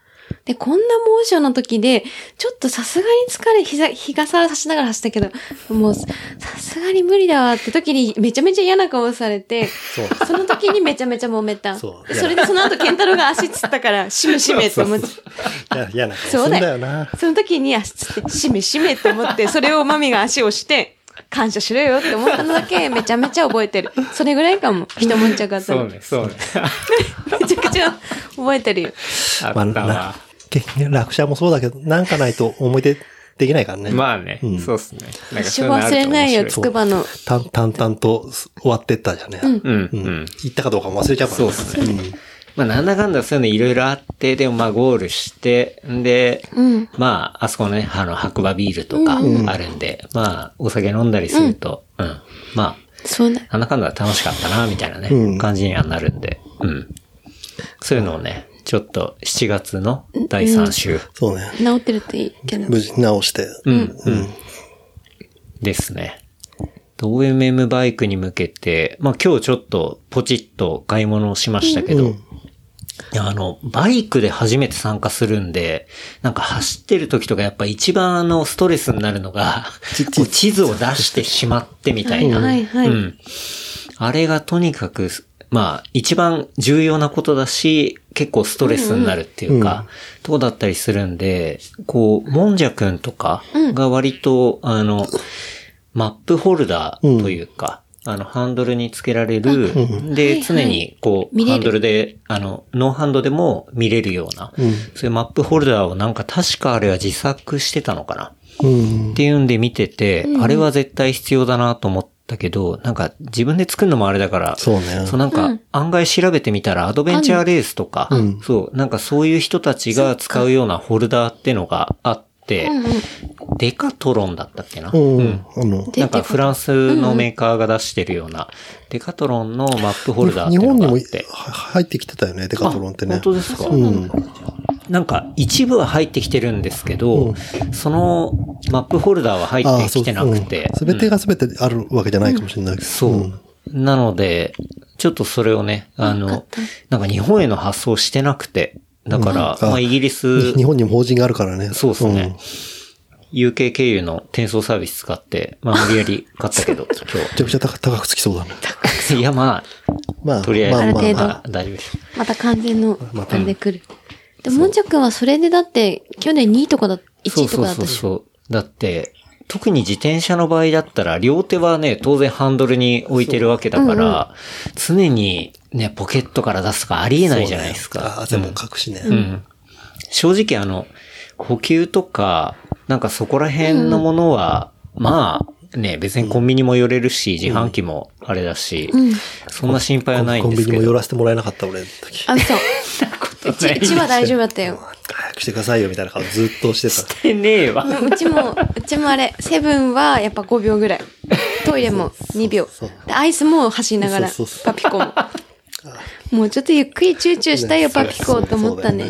で、こんな猛暑の時で、ちょっとさすがに疲れ、日ざ、日傘差しながら走ったけど、もう、さすがに無理だわって時にめちゃめちゃ嫌な顔されて、そ, その時にめちゃめちゃ揉めた。そう。それでその後、ケンタロウが足つったから、しめしめって思って。 嫌な顔すんだよな。 その時に足つって、しめしめって思って、それをマミが足をして、感謝しろよって思ったのだけめちゃめちゃ覚えてる。それぐらいかも。一悶着あったそうね、そうね。 めちゃくちゃ覚えてるよ。 あったわ。 落車もそうだけど、なんかないと思い出できないからね。 まあね、うん、そうっすね。 なんか一生忘れないよ、つくばの。 淡々と終わってったじゃね。 うん。 うん。うん。 行ったかどうかも忘れちゃうからね。そうっすね。うん、まあなんだかんだそういうのいろいろあって、でもまあゴールして、んで、うん、まああそこのね、あの白馬ビールとかあるんで、うん、まあお酒飲んだりすると、うん、うん、まあ、 そうね。 なんだかんだ楽しかったな、みたいなね、うん、感じにはなるんで、うん。そういうのをね、ちょっとしちがつのだいさん週、うん。 そうね。 治ってるっていいけど。 無事治して。 うん、うん。ですね。オーエムエム バイクに向けて、まあ今日ちょっとポチッと買い物をしましたけど、うん、いやあの、バイクで初めて参加するんで、なんか走ってる時とかやっぱ一番あのストレスになるのが、こう地図を出してしまってみたいな。 はいはいはい、うん。 あれがとにかく、まあ一番重要なことだし、結構ストレスになるっていうか、うんうん、とこだったりするんで、こう、もんじゃくんとかが割と、うん、あの、マップホルダーというか、うん、あの、ハンドルにつけられる、うん、で、常に、こう、ハンドルで、あの、ノーハンドでも見れるような、うん、そういうマップホルダーをなんか確かあれは自作してたのかな、うん、っていうんで見てて、うん、あれは絶対必要だなと思ったけど、なんか自分で作るのもあれだから、 そうね。 そうなんか、案外調べてみたら、アドベンチャーレースとか、うん、そう、なんかそういう人たちが使うようなホルダーってのがあって、うんうん、デカトロンだったっけな、うんうん、あのなんかフランスのメーカーが出してるような、デカトロンのマップホルダーっていうのがあって。 日本にも入ってきてたよね、デカトロンってね。 本当ですか、うん、なんか一部は入ってきてるんですけど、うん、そのマップホルダーは入ってきてなくて。 すべ、うん、てがすべてあるわけじゃないかもしれないけど。 うん、そう、うん。なので、ちょっとそれをね、あの、なんか日本への発送してなくて、だから、うん、まあイギリス。 日本にも法人があるからね。 そうですね。うん、ユーケー 経由の転送サービス使って、まあ無理やり買ったけど、今日。 めちゃくちゃ高高くつきそうだね。 いやまあ、まあ、とりあえず、 ある程度、 まあ、大丈夫です。 また完全の、あれで来る。でも、もんちゃくんはそれでだって、去年にいとかだ、いちいとかだったでしょ。そうそうそう。だって、特に自転車の場合だったら、両手はね、当然ハンドルに置いてるわけだから、うんうん、常にね、ポケットから出すとかありえないじゃないですか。 ね、ああ、全部書くしね。 うん。うん、正直あの、補給とか、なんかそこら辺のものは、うん、まあ、ね、別にコンビニも寄れるし、うん、自販機もあれだし、うん、そんな心配はないんですけど。 コンビニも寄らせてもらえなかった、俺の時。 あ、そう。うち、うちは大丈夫だったよ。 早くしてくださいよ、みたいな顔ずっとしてた。 してねえわ。 うちも、うちもあれ、セブンはやっぱごびょうぐらい。トイレもにびょう。そうそうでアイスも走りながら、そうそうそうパピコも。もうちょっとゆっくりチューチューしたいよ、パピコと思ったね。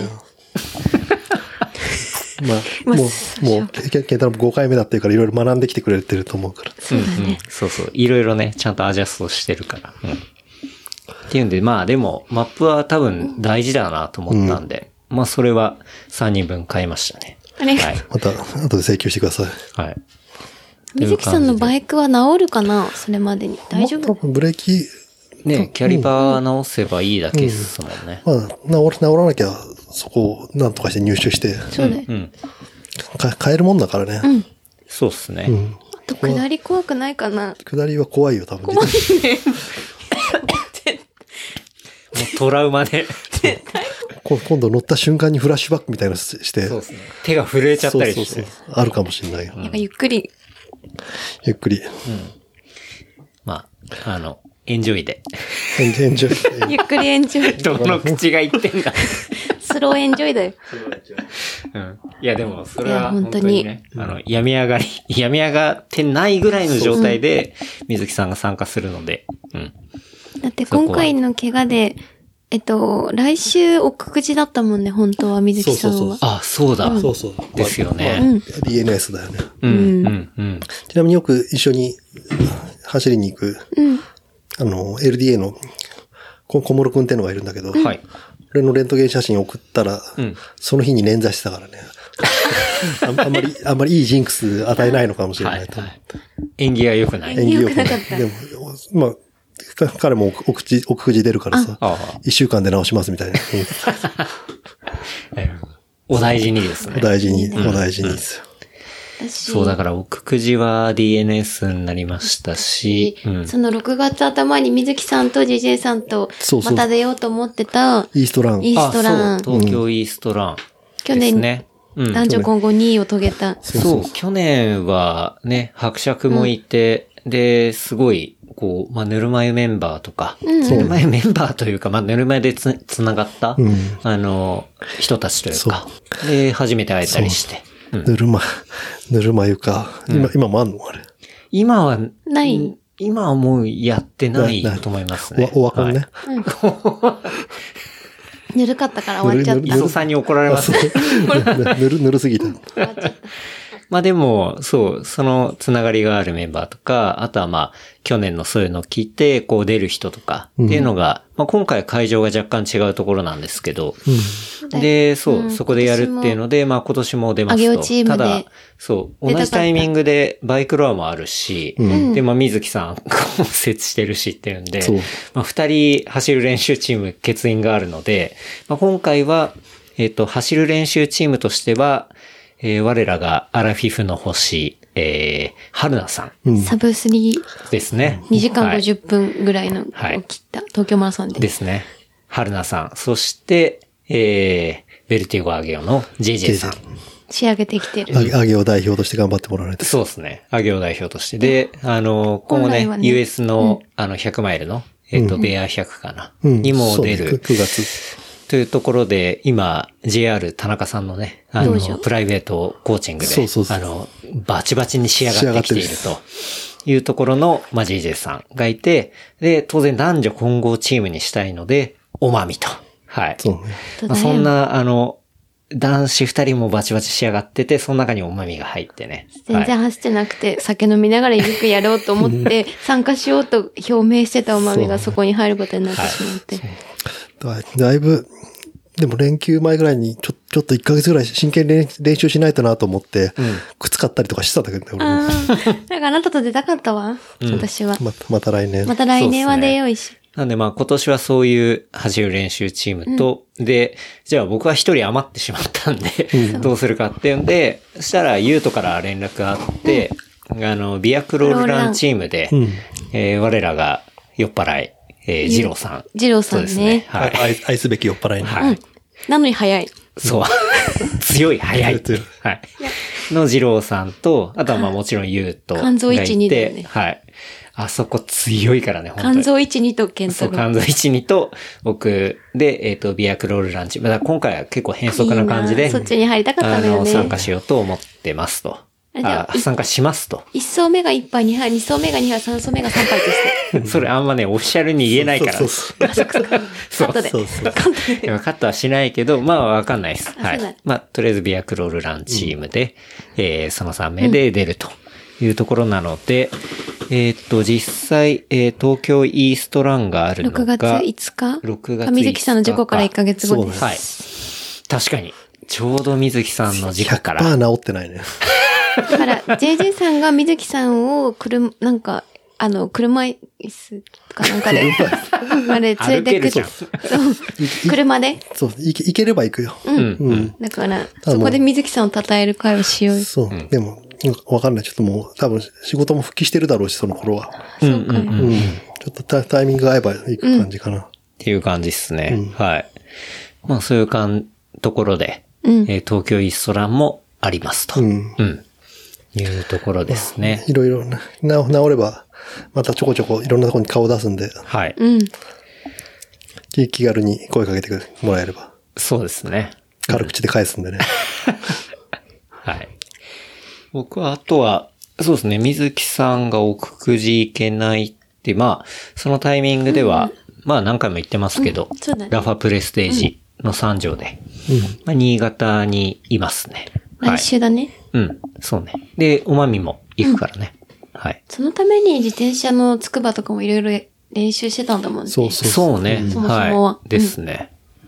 まあ、もう、もう、ケンタロウごかいめだっていうからいろいろ学んできてくれてると思うから。 そうだね。うんうん、 そうそう。いろいろね、ちゃんとアジャストしてるから。うん、っていうんで、まあでも、マップは多分大事だなと思ったんで、うん、まあそれはさんにんぶん買いましたね。 あれ、 はい、 また、後で請求してください。 はい。 水木さんのバイクは治るかなそれまでに。大丈夫？ ブレーキ。 ね、キャリパー直せばいいだけですもんね。 うんうん、まあ、治ら、治らなきゃ、そこを何とかして入手して。 そうね。うん。 買えるもんだからね。 うん。 そうっすね。 うん。あと、下り怖くないかな。 下りは怖いよ、多分。 怖いね。 もうトラウマで。 今度乗った瞬間にフラッシュバックみたいなのして。 そうですね。手が震えちゃったりして。 そうそうそう。あるかもしれないよ。 なんかゆっくり。 ゆっくり。うん。 まあ、あの、エンジョイで。 エンジョイ。エンジョイ。ゆっくりエンジョイ。 どの口が言ってんだ。 スローエンジョイだよ。 うん。いやでも、それは本当にね、あの、病み上がり、病み上がってないぐらいの状態で、水木さんが参加するので、うん。 だって今回の怪我で、えっと、来週奥久慈だったもんね、本当は水木さんは。そうそうそう。あ、そうだ。 うん、そうそう。 ですよね。 まあ、ディーエヌエス だよね。 うん。うん。うん。 ちなみによく一緒に走りに行く、うん、あの、エルディーエー の小室くんってのがいるんだけど、はい。 俺のレントゲン写真送ったら、うん、その日に捻挫してたからね。あ, あんまり、あんまりいいジンクス与えないのかもしれないと思って。はいはい、 縁起が良くない。 縁起良くなかった。 でも、まあ、彼もお口、お口出るからさ、一週間で治しますみたいな。 お大事にですね。 お大事に、お大事にですよ。 うん、そう、だから、奥久慈は ディーエヌエス になりましたし、 うん、そのろくがつ頭に水木さんと ジェジェイ さんと、また出ようと思ってた、 イーストラン。 イーストラン。 東京イーストラン、ね。 去年、ね、うん、男女混合にいを遂げた。 そうそう、去年はね、伯爵もいて、うん、で、すごい、こう、まあ、ぬるま湯メンバーとか、うん、ぬるま湯メンバーというか、まあ、ぬるま湯でつ、つながった、うん、あの、人たちというか、で、初めて会えたりして。 うん、ぬるま、ぬるま湯か。今、うん、今もあんのあれ。 今は、 ない。 今はもうやってないと思いますね。 お、おわかんね。 はいうん、ぬるかったから終わっちゃった。 磯さんに怒られますね。 ぬる、ぬるすぎた。終わっちゃった。 まあでも、そう、そのつながりがあるメンバーとか、あとはまあ、去年のそういうのを聞いて、こう出る人とかっていうのが、うん、まあ今回会場が若干違うところなんですけど、うん、で、そう、うん、そこでやるっていうので、まあ今年も出ますと。 チームでただ、そう、同じタイミングでバイクロアもあるし、うん、で、まあ水木さん骨折してるしっていうんで、まあ二人走る練習チーム欠員があるので、まあ今回は、えっと、走る練習チームとしては、えー、我らがアラフィフの星、えー、春菜さん。 うん、サブスリー。 ですね。 にじかんごじゅっぷんぐらいのを切った、はい、東京マラソンで。 ですね。春菜さん。そして、えー、ベルティゴアゲオの ジェイジェイ さん。 仕上げてきてる。 アゲオ代表として頑張ってもらわないと。 そうですね。アゲオ代表として。で、あの、今後ね、ね ユーエス の、うん、あの、ひゃくマイルの、えっと、うん、ベアひゃくかな、うん、にも出る。 くがつ。 というところで、今、ジェイアール 田中さんのね、あの、プライベートコーチングで、そうそうそうあの、バチバチに仕上がってきているというところの、まあ、ジェイジェイ さんがいて、で、当然男女混合チームにしたいので、おまみと。はい。そうね。まあ、そんな、あの、男子二人もバチバチ仕上がってて、その中におまみが入ってね。 全然走ってなくて、はい、酒飲みながらゆっくりやろうと思って、参加しようと表明してたおまみがそこに入ることになってしまって。 はい、だいぶ、でも連休前ぐらいにちょ、ちょっといっかげつぐらい真剣に練習しないとなと思って、うん、靴買ったりとかしてたんだけどね、俺も。 なんかあなたと出たかったわ、うん、私は。 また、また来年。 また来年は出よういし。 なんでまあ今年はそういう走る練習チームと、うん、で、じゃあ僕は一人余ってしまったんで、うん、どうするかっていうんで、そしたらユートから連絡があって、うん、あの、ビアクロールランチームで、うん、えー、我らが酔っ払い、えー、ジローさん。 ジローさんね。そうですね。 はい。愛, 愛すべき酔っ払いね。 はい。うん、なのに早い。 そう。強い、早い。はい。のジローさんと、あとはまあもちろんユートがいて。 肝臓いち、にだよね。 はい。あそこ強いからね、本当に。 肝臓いち、にとケンタロウ。 そう、肝臓いち、にと、僕で、えっ、ー、と、ビアクロールランチ。まだ今回は結構変則な感じで。 いいそっちに入りたかったのよね。 あの、参加しようと思ってますと。ああ、参加しますと。 一層目が一杯、二杯、二層目が二杯、三層目が三杯です。 それあんまね、オフィシャルに言えないから。 そうそうそう。 カットで。そうそう。カットで。 カットはしないけど、まあわかんないです。はい。まあ、とりあえずビアクロールランチームで、うん、えー、そのさんめいで出るというところなので、うん、えー、っと、実際、えー、東京イーストランがあるのが、 ろくがついつか ?ろくがついつか。水木さんの事故からいっかげつごです。 はい。確かに。ちょうど水木さんの事故から。 ひゃくパーセント治ってないね。 だから、ジェイジェイ さんが水木さんを、車、なんか、あの、車椅子とかなんかで、あれ連れてくる。そう。車で。 そう、行け、行ければ行くよ。 うん。うん。だから、そこで水木さんを称える会をしよう。 そう。でも、わかんない。ちょっともう、多分仕事も復帰してるだろうし、その頃は。 そうか。うん。 ちょっとタ、タイミングが合えば行く感じかな。 っていう感じですね。はい。まあ、そういうかん、ところで、え東京イーストランもありますと。うん。うん。いうところですね。 いろいろな、治れば、またちょこちょこいろんなところに顔を出すんで。 はい。 うん。 気軽に声かけてもらえれば。 そうですね。 軽口で返すんでね。 はい。僕は、あとは、そうですね、水木さんが奥久慈行けないって、まあ、そのタイミングでは、うん、まあ何回も言ってますけど、うんね、ラファプレステージの三条で、うんまあ、新潟にいますね。 来週だね。 はい、うん、そうね。で、おまみも行くからね。うん、はい。 そのために自転車のつくばとかもいろいろ練習してたんだもんね。 そうそうそうね。 そもそもは。 はい。ですね。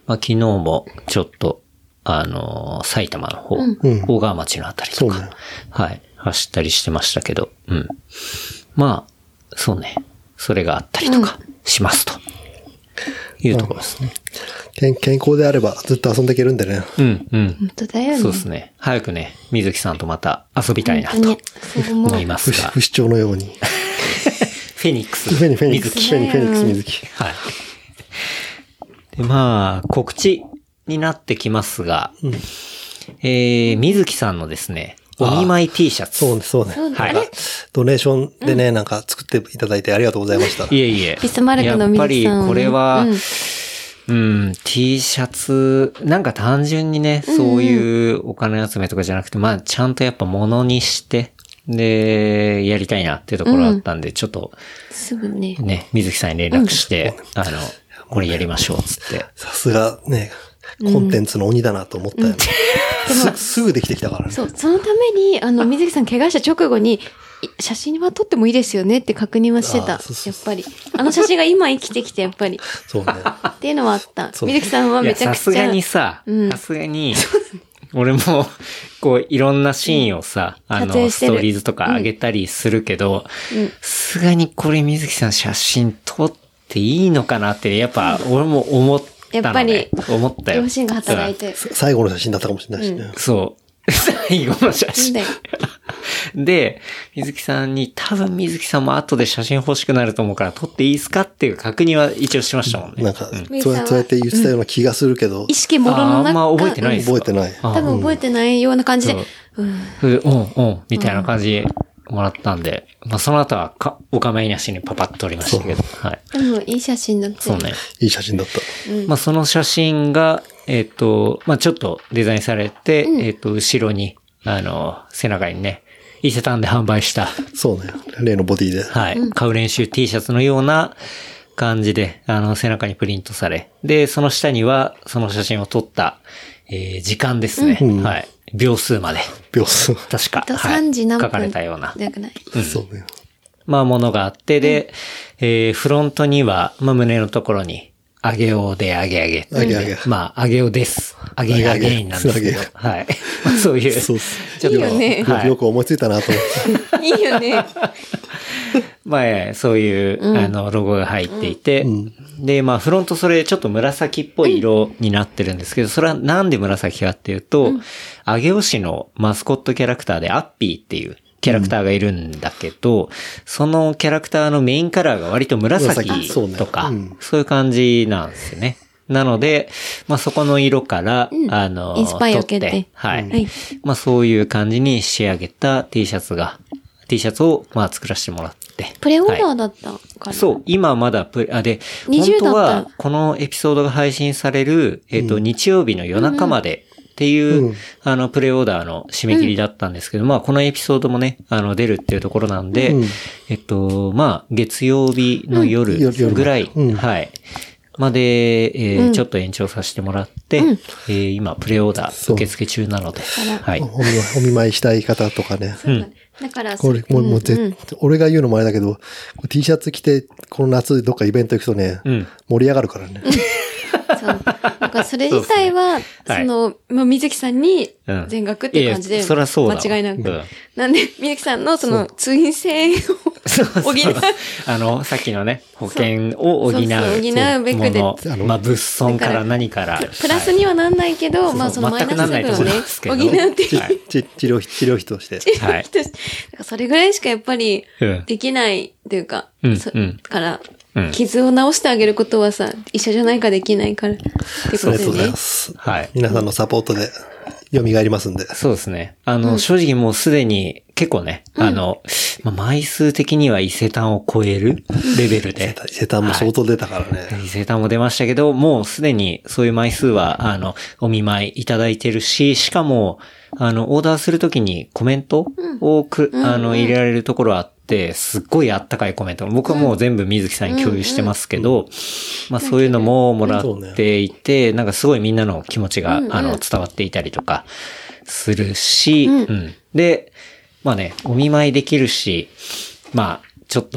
まあ昨日もちょっと、あのー、埼玉の方、うん、大川町のあたりとか、ね、はい、走ったりしてましたけど、うん。まあ、そうね。それがあったりとかしますと。いうところですね。 健健康であればずっと遊んでいけるんでね。 うん、うん。 本当だよね。 そうですね。早くね、水木さんとまた遊びたいなと思いますが。 不死鳥のように。 フェニックス。 フェニ、フェニックス。フェニ、フェニックス水木。 はい。で、まあ、告知になってきますが、うん、えー、水木さんのですね、お見舞い T シャツ。 そうね、そうね。はい。ドネーションでね、うん、なんか作っていただいてありがとうございました。 いえいえ。 ビスマルクの水木さん。 やっぱりこれは、うん、うん、T シャツ、なんか単純にね、そういうお金集めとかじゃなくて、まあ、ちゃんとやっぱ物にして、で、やりたいなっていうところだったんで、うん、ちょっと、 すぐね。 ね、水木さんに連絡して、うん、あの、これやりましょう、つって。 さすがね、コンテンツの鬼だなと思ったよね。うん、す, すぐできてきたからね。 そう、そのために、あの、水木さん怪我した直後に、写真は撮ってもいいですよねって確認はしてた。そうそうそうやっぱり。あの写真が今生きてきて、やっぱり。 そうね。 っていうのはあった。水木さんはめちゃくちゃ。 さすがにさ、さすがに、俺も、こう、いろんなシーンをさ、うん、あの、ストーリーズとか上げたりするけど、さすがにこれ水木さん写真撮っていいのかなって、やっぱ、俺も思ったの、ね。やっぱり、思ったよ。 両親が働いて。 最後の写真だったかもしれないしね。 うん、そう。最後の写真。で、水木さんに多分水木さんも後で写真欲しくなると思うから撮っていいですかっていう確認は一応しましたもんね。 なんか、うん、そうやって言ってたような気がするけど。うん、 意識もろの中。 あんま覚えてないですか？ 覚えてない。 多分覚えてないような感じで。 うん、うん、うん、うん、みたいな感じもらったんで、まあその後はかお構いなしにパパッと撮りましたけど。はい。 でもいい写真だった。 そうね。 いい写真だった。 うん、まあその写真が、えっと、まあちょっとデザインされて、うん、えっと、後ろに、あの、背中にね、伊勢丹で販売した。 そうね。例のボディで。 はい。買う練習 T シャツのような感じで、あの、背中にプリントされ。で、その下には、その写真を撮った、えー、時間ですね。うん、はい。秒数まで。 秒数。 確か。 はい、さんじ何分書かれたような。 なくない、 うん、 そうね。 まあ、ものがあって、で、うん、えー、フロントには、まあ、胸のところに、あげおうであげあげ。 あげあげ。 まあ、あげおです。あげあげなんですけど。はい。まあ、そういう。 そういいよね。 はい、よく思いついたなと思って。いいよね。 まあ、そういう、うん、あの、ロゴが入っていて、うん、で、まあ、フロントそれちょっと紫っぽい色になってるんですけど、それはなんで紫かっていうと、あげお市のマスコットキャラクターでアッピーっていう、キャラクターがいるんだけど、うん、そのキャラクターのメインカラーが割と紫とか、そうね、うん、そういう感じなんですよね。なので、まあそこの色から、うん、あの、 インスパイアを受けて、 はい、はい。まあそういう感じに仕上げた T シャツが、T シャツをまあ作らせてもらって。 プレオーダーだったかな、 はい、そう、今まだプレ、あ、で、本当はこのエピソードが配信される、えっと、うん、日曜日の夜中まで、っていう、うん、あの、プレオーダーの締め切りだったんですけど、うん、まあ、このエピソードもね、あの、出るっていうところなんで、うん、えっと、まあ、月曜日の夜ぐらい、うん、はい、まで、えーうん、ちょっと延長させてもらって、うん、えー、今、プレオーダー受付中なので、はい。 お見、お見舞いしたい方とかね。 そうだね。だからこれ、もう、もうぜ、うん、俺が言うのもあれだけど、T シャツ着て、この夏どっかイベント行くとね、うん、盛り上がるからね。 そう。なんかそれ自体は、そ, その、はい、まあ、水木さんに全額っていう感じで、 そりゃそうだ。 間違いなく。うん、なんで、水木さんのその、通院性を補う。 あの、さっきのね、保険を補う。そうそう、 補うべくで。 まあ、物損から何から。 プラスにはなんないけど、はい、まあ、そのマイナス部分をね、補うっていう。 はい、治療費、治療費として。 はい。それぐらいしかやっぱり、できないっていうか、うん、そから、うん、傷を治してあげることはさ、医者じゃないかできないから。ってことでね。 ありがとうございます。はい。皆さんのサポートで蘇りますんで。 そうですね。あの、うん、正直もうすでに結構ね、うん、あの、まあ、枚数的には伊勢丹を超えるレベルで。 伊勢丹も相当出たからね。 はい、伊勢丹も出ましたけど、もうすでにそういう枚数は、あの、お見舞いいただいてるし、しかも、あの、オーダーするときにコメントをく、うん、あの、入れられるところあって、すっごいあったかいコメント。僕はもう全部水木さんに共有してますけど、まあそういうのももらっていて、なんかすごいみんなの気持ちが、あの、伝わっていたりとかするし、うん。で、まあね、お見舞いできるし、まあ、ちょっと、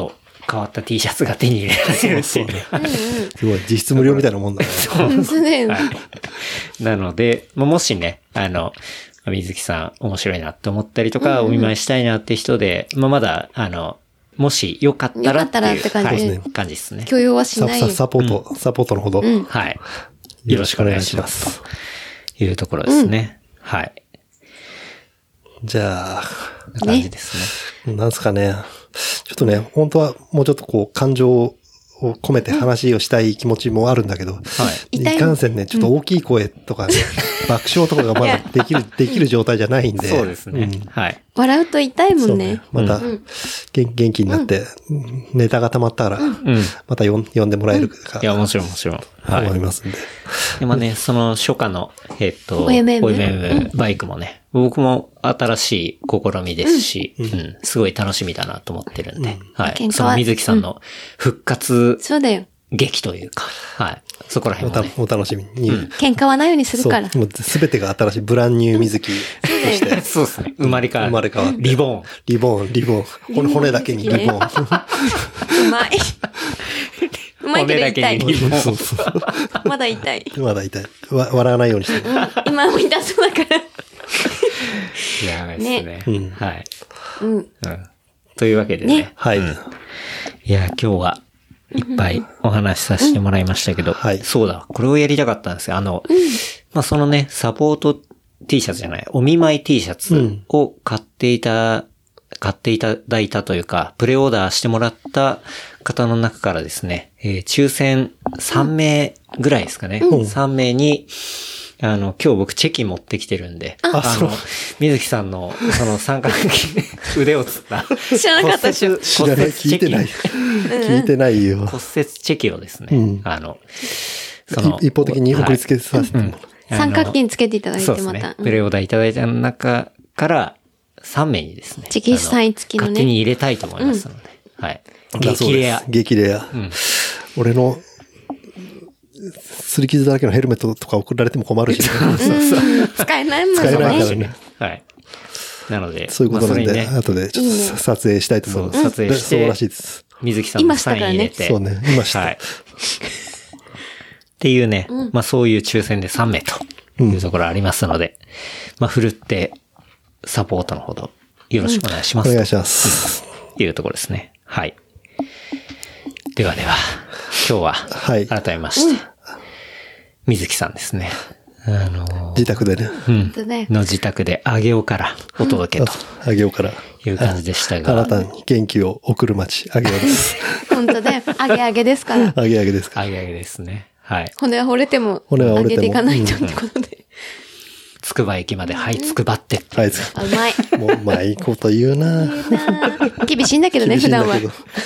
変わった T シャツが手に入れられるっていうね。 すごい、実質無料みたいなもんだね。 本当だよね。 なので、もしね、あの、水木さん面白いなって思ったりとか、お見舞いしたいなって人で、まあ、まだ、あの、もしよかったらっていう、 よかったらって感じ、 はい、感じですね。 許容はしないよ。 ササポート、うん、サポートのほど、うん。 はい。よろしくお願いします。というところですね。うん、はい。 じゃあ、 こんな感じですね。 なんすかね。ちょっとね、本当はもうちょっとこう、感情を込めて話をしたい気持ちもあるんだけど、はい、いかんせんね、ちょっと大きい声とかね、うん、爆笑とかがまだできる、できる状態じゃないんで。 そうですね。うん、はい。 笑うと痛いもんね。 ねまた、うん、元気になって、うん、ネタが溜まったら、うん、また呼んでもらえるか、 うん。いや、もちろんもちろん。 はい。思いますんで。 でもね、その初夏の、えっと、オーエムエム バイクもね、僕も新しい試みですし、うん、うん、すごい楽しみだなと思ってるんで、うん、はい。その水木さんの復活、 そうだよ。 劇というか、はい。そこら辺も、ね、 お楽しみに、うん。 喧嘩はないようにするから。 もうすべてが新しいブランニュー水木として。 そうですね。生まれ変わる。 生まれ変わる。 リボン。 リボン、リボン。骨、骨だけにリボン。うまい。うまいけど痛い。 そうそう。 まだ痛い。 まだ痛い。わ笑わないようにしてる。 うん、今も痛そうだから。 やばいですね。ねうん、はい、 うん。うん。 というわけでね。 ねはい、うん。いや、今日はいっぱいお話しさせてもらいましたけど、うんはい、そうだ、これをやりたかったんですよ。あの、うん、まあ、そのね、サポート T シャツじゃない、お見舞い T シャツを買っていた、買っていただいたというか、プレオーダーしてもらった方の中からですね、えー、抽選さんめいぐらいですかね。うん、さんめいに、あの、今日僕チェキ持ってきてるんで、あ, あの、水木さんの、その三角形、腕をつった。 知らなかった知らない、聞いてない。聞いてないよ。 骨折チェキをですね、うん、あの、 その、一方的に送りつけさせてもらう、 うん。三角形につけていただいてまた。 そうですね。プレオーダーいただいた中からさんめいにですね。 チェキサイン付きのね。 勝手に入れたいと思いますので。うん、はい。激レア。 激レア。うん、俺の、擦り傷だらけのヘルメットとか送られても困るし、ね。 使えないもんね。 使えないからね。 はい。なので、 そういうことなんで、ね、後でちょっと撮影したいと思います。 そう、撮影して。 そうらしいです。 水木さんのサイン入れて。 そうね、今した。はい。 っていうね、うん、まあそういう抽選でさんめいというところありますので、うん、まあ振るってサポートのほどよろしくお願いします。 うん、お願いします。 というところですね。はい。ではでは、今日は、改めまして、はい、水木さんですね。あのー、 自宅でね。 うん。の自宅で、上尾からお届けと。 上尾から。 いう感じでしたが。 あなたに元気を送る街、上尾です。 本当だよ。上げ上げですから。 上げ上げですから。 上げ上げですね。はい。 骨は折れても、骨は折れても上げていかないとってことで。つくば駅まで、はい、つくばって。 はい、つくば。うまい。 もう、うまいこと言うな言うな厳しいんだけどね、普段は。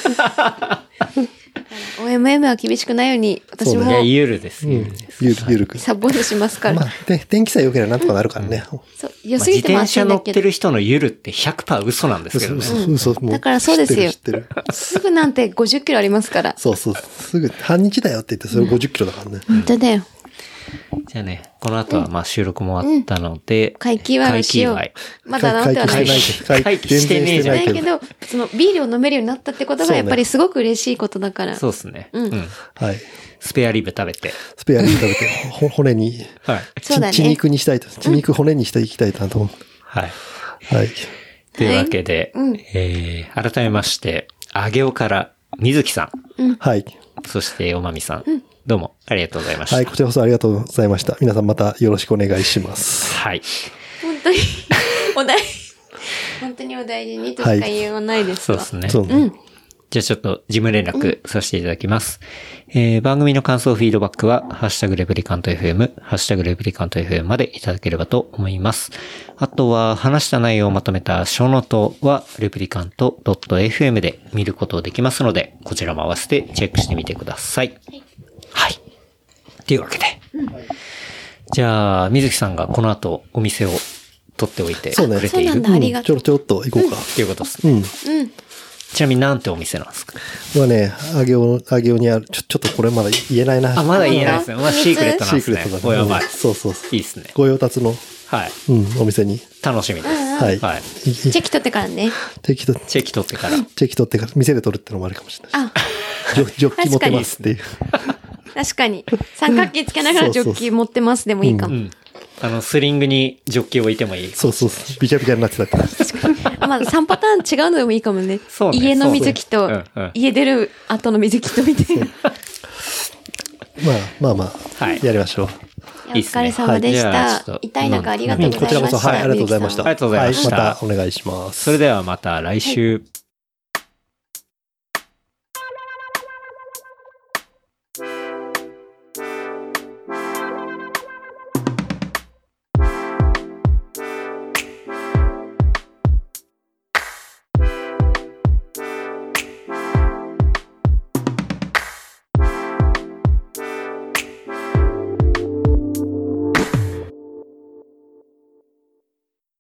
オーエムエム は厳しくないように、私も。 いや、ゆるです。 ゆるです。ゆる、ゆるく。 サポートしますから。 まあ、で、天気さえ良ければなんとかなるからね。 そう、良すぎても自転車乗ってる人のゆるって ひゃくパーセント 嘘なんですけどね。 嘘、 だからそうですよ。すぐなんてごじゅっキロありますから。 そうそう。すぐ、半日だよって言って、それごじゅっキロだからね。 本当だよ。 じゃあね、この後はまあ収録も終わったので、 会期祝いをしよう。まだなんてはない。 会期してねえじゃないけど、そのビールを飲めるようになったってことがやっぱりすごく嬉しいことだから。 そうですね。 うん。 はい。 スペアリブ食べて。 スペアリブ食べて、骨に、 はい。 そうだね。 血肉にしたいと。血肉骨にしていきたいなと思う。 はい。 はい。 というわけで、えー、改めまして、上尾から水木さん。はい。 そして、おまみさん。どうもありがとうございました。 はい、こちらこそありがとうございました。皆さんまたよろしくお願いします。 はい。 本当に、お大、本当にお大事にとしか言いようがないですわ。 そうですね。うん。じゃあちょっと事務連絡させていただきます。うん、えー、番組の感想、フィードバックは、ハッシュタグレプリカント エフエム、ハッシュタグレプリカント エフエム までいただければと思います。あとは、話した内容をまとめたショーノートは、レプリカント ドット エフエム で見ることできますので、こちらも合わせてチェックしてみてください。はい。はい。というわけで。うん、じゃあ、水木さんがこの後お店を取っておいてくれている。そうね。 そうなんだ、ありがとう。 ちょろちょろっと行こうか。 っていうことですね。うん。うん。ちなみになんてお店なんですか？ はね、あげお、あげおにある、ちょ、ちょっとこれまだ言えないな。 あ、まだ言えないですね。まあ、シークレットなんですね。 シークレットだね。 おやばい。 そうそうそう。 いいですね。 ご用達の。 はい。 うん、お店に。 楽しみです。 はい。はい。 チェキ取ってからね。 チェキ取チェキ取ってから。 チェキ取ってから、店で取るってのもあるかもしれない。あ、ジョッキ持ってますっていう。 確かに。三角形つけながらジョッキ持ってますでもいいかも。うんうん、 あの、スリングにジョッキ置いてもいい。 そうそうそう。ビチャビチャになってたから。確かに。 あ、まあさんパターン違うのでもいいかもね。そうね。家の水着と、うんうん、家出る後の水着とみたいな。 まあまあまあ、はい、やりましょう。 お疲れ様でした。痛い中ありがとうございました。 こちらこそ、はい、ありがとうございました。 ありがとうございました。 はい、またお願いします。 それではまた来週。はい。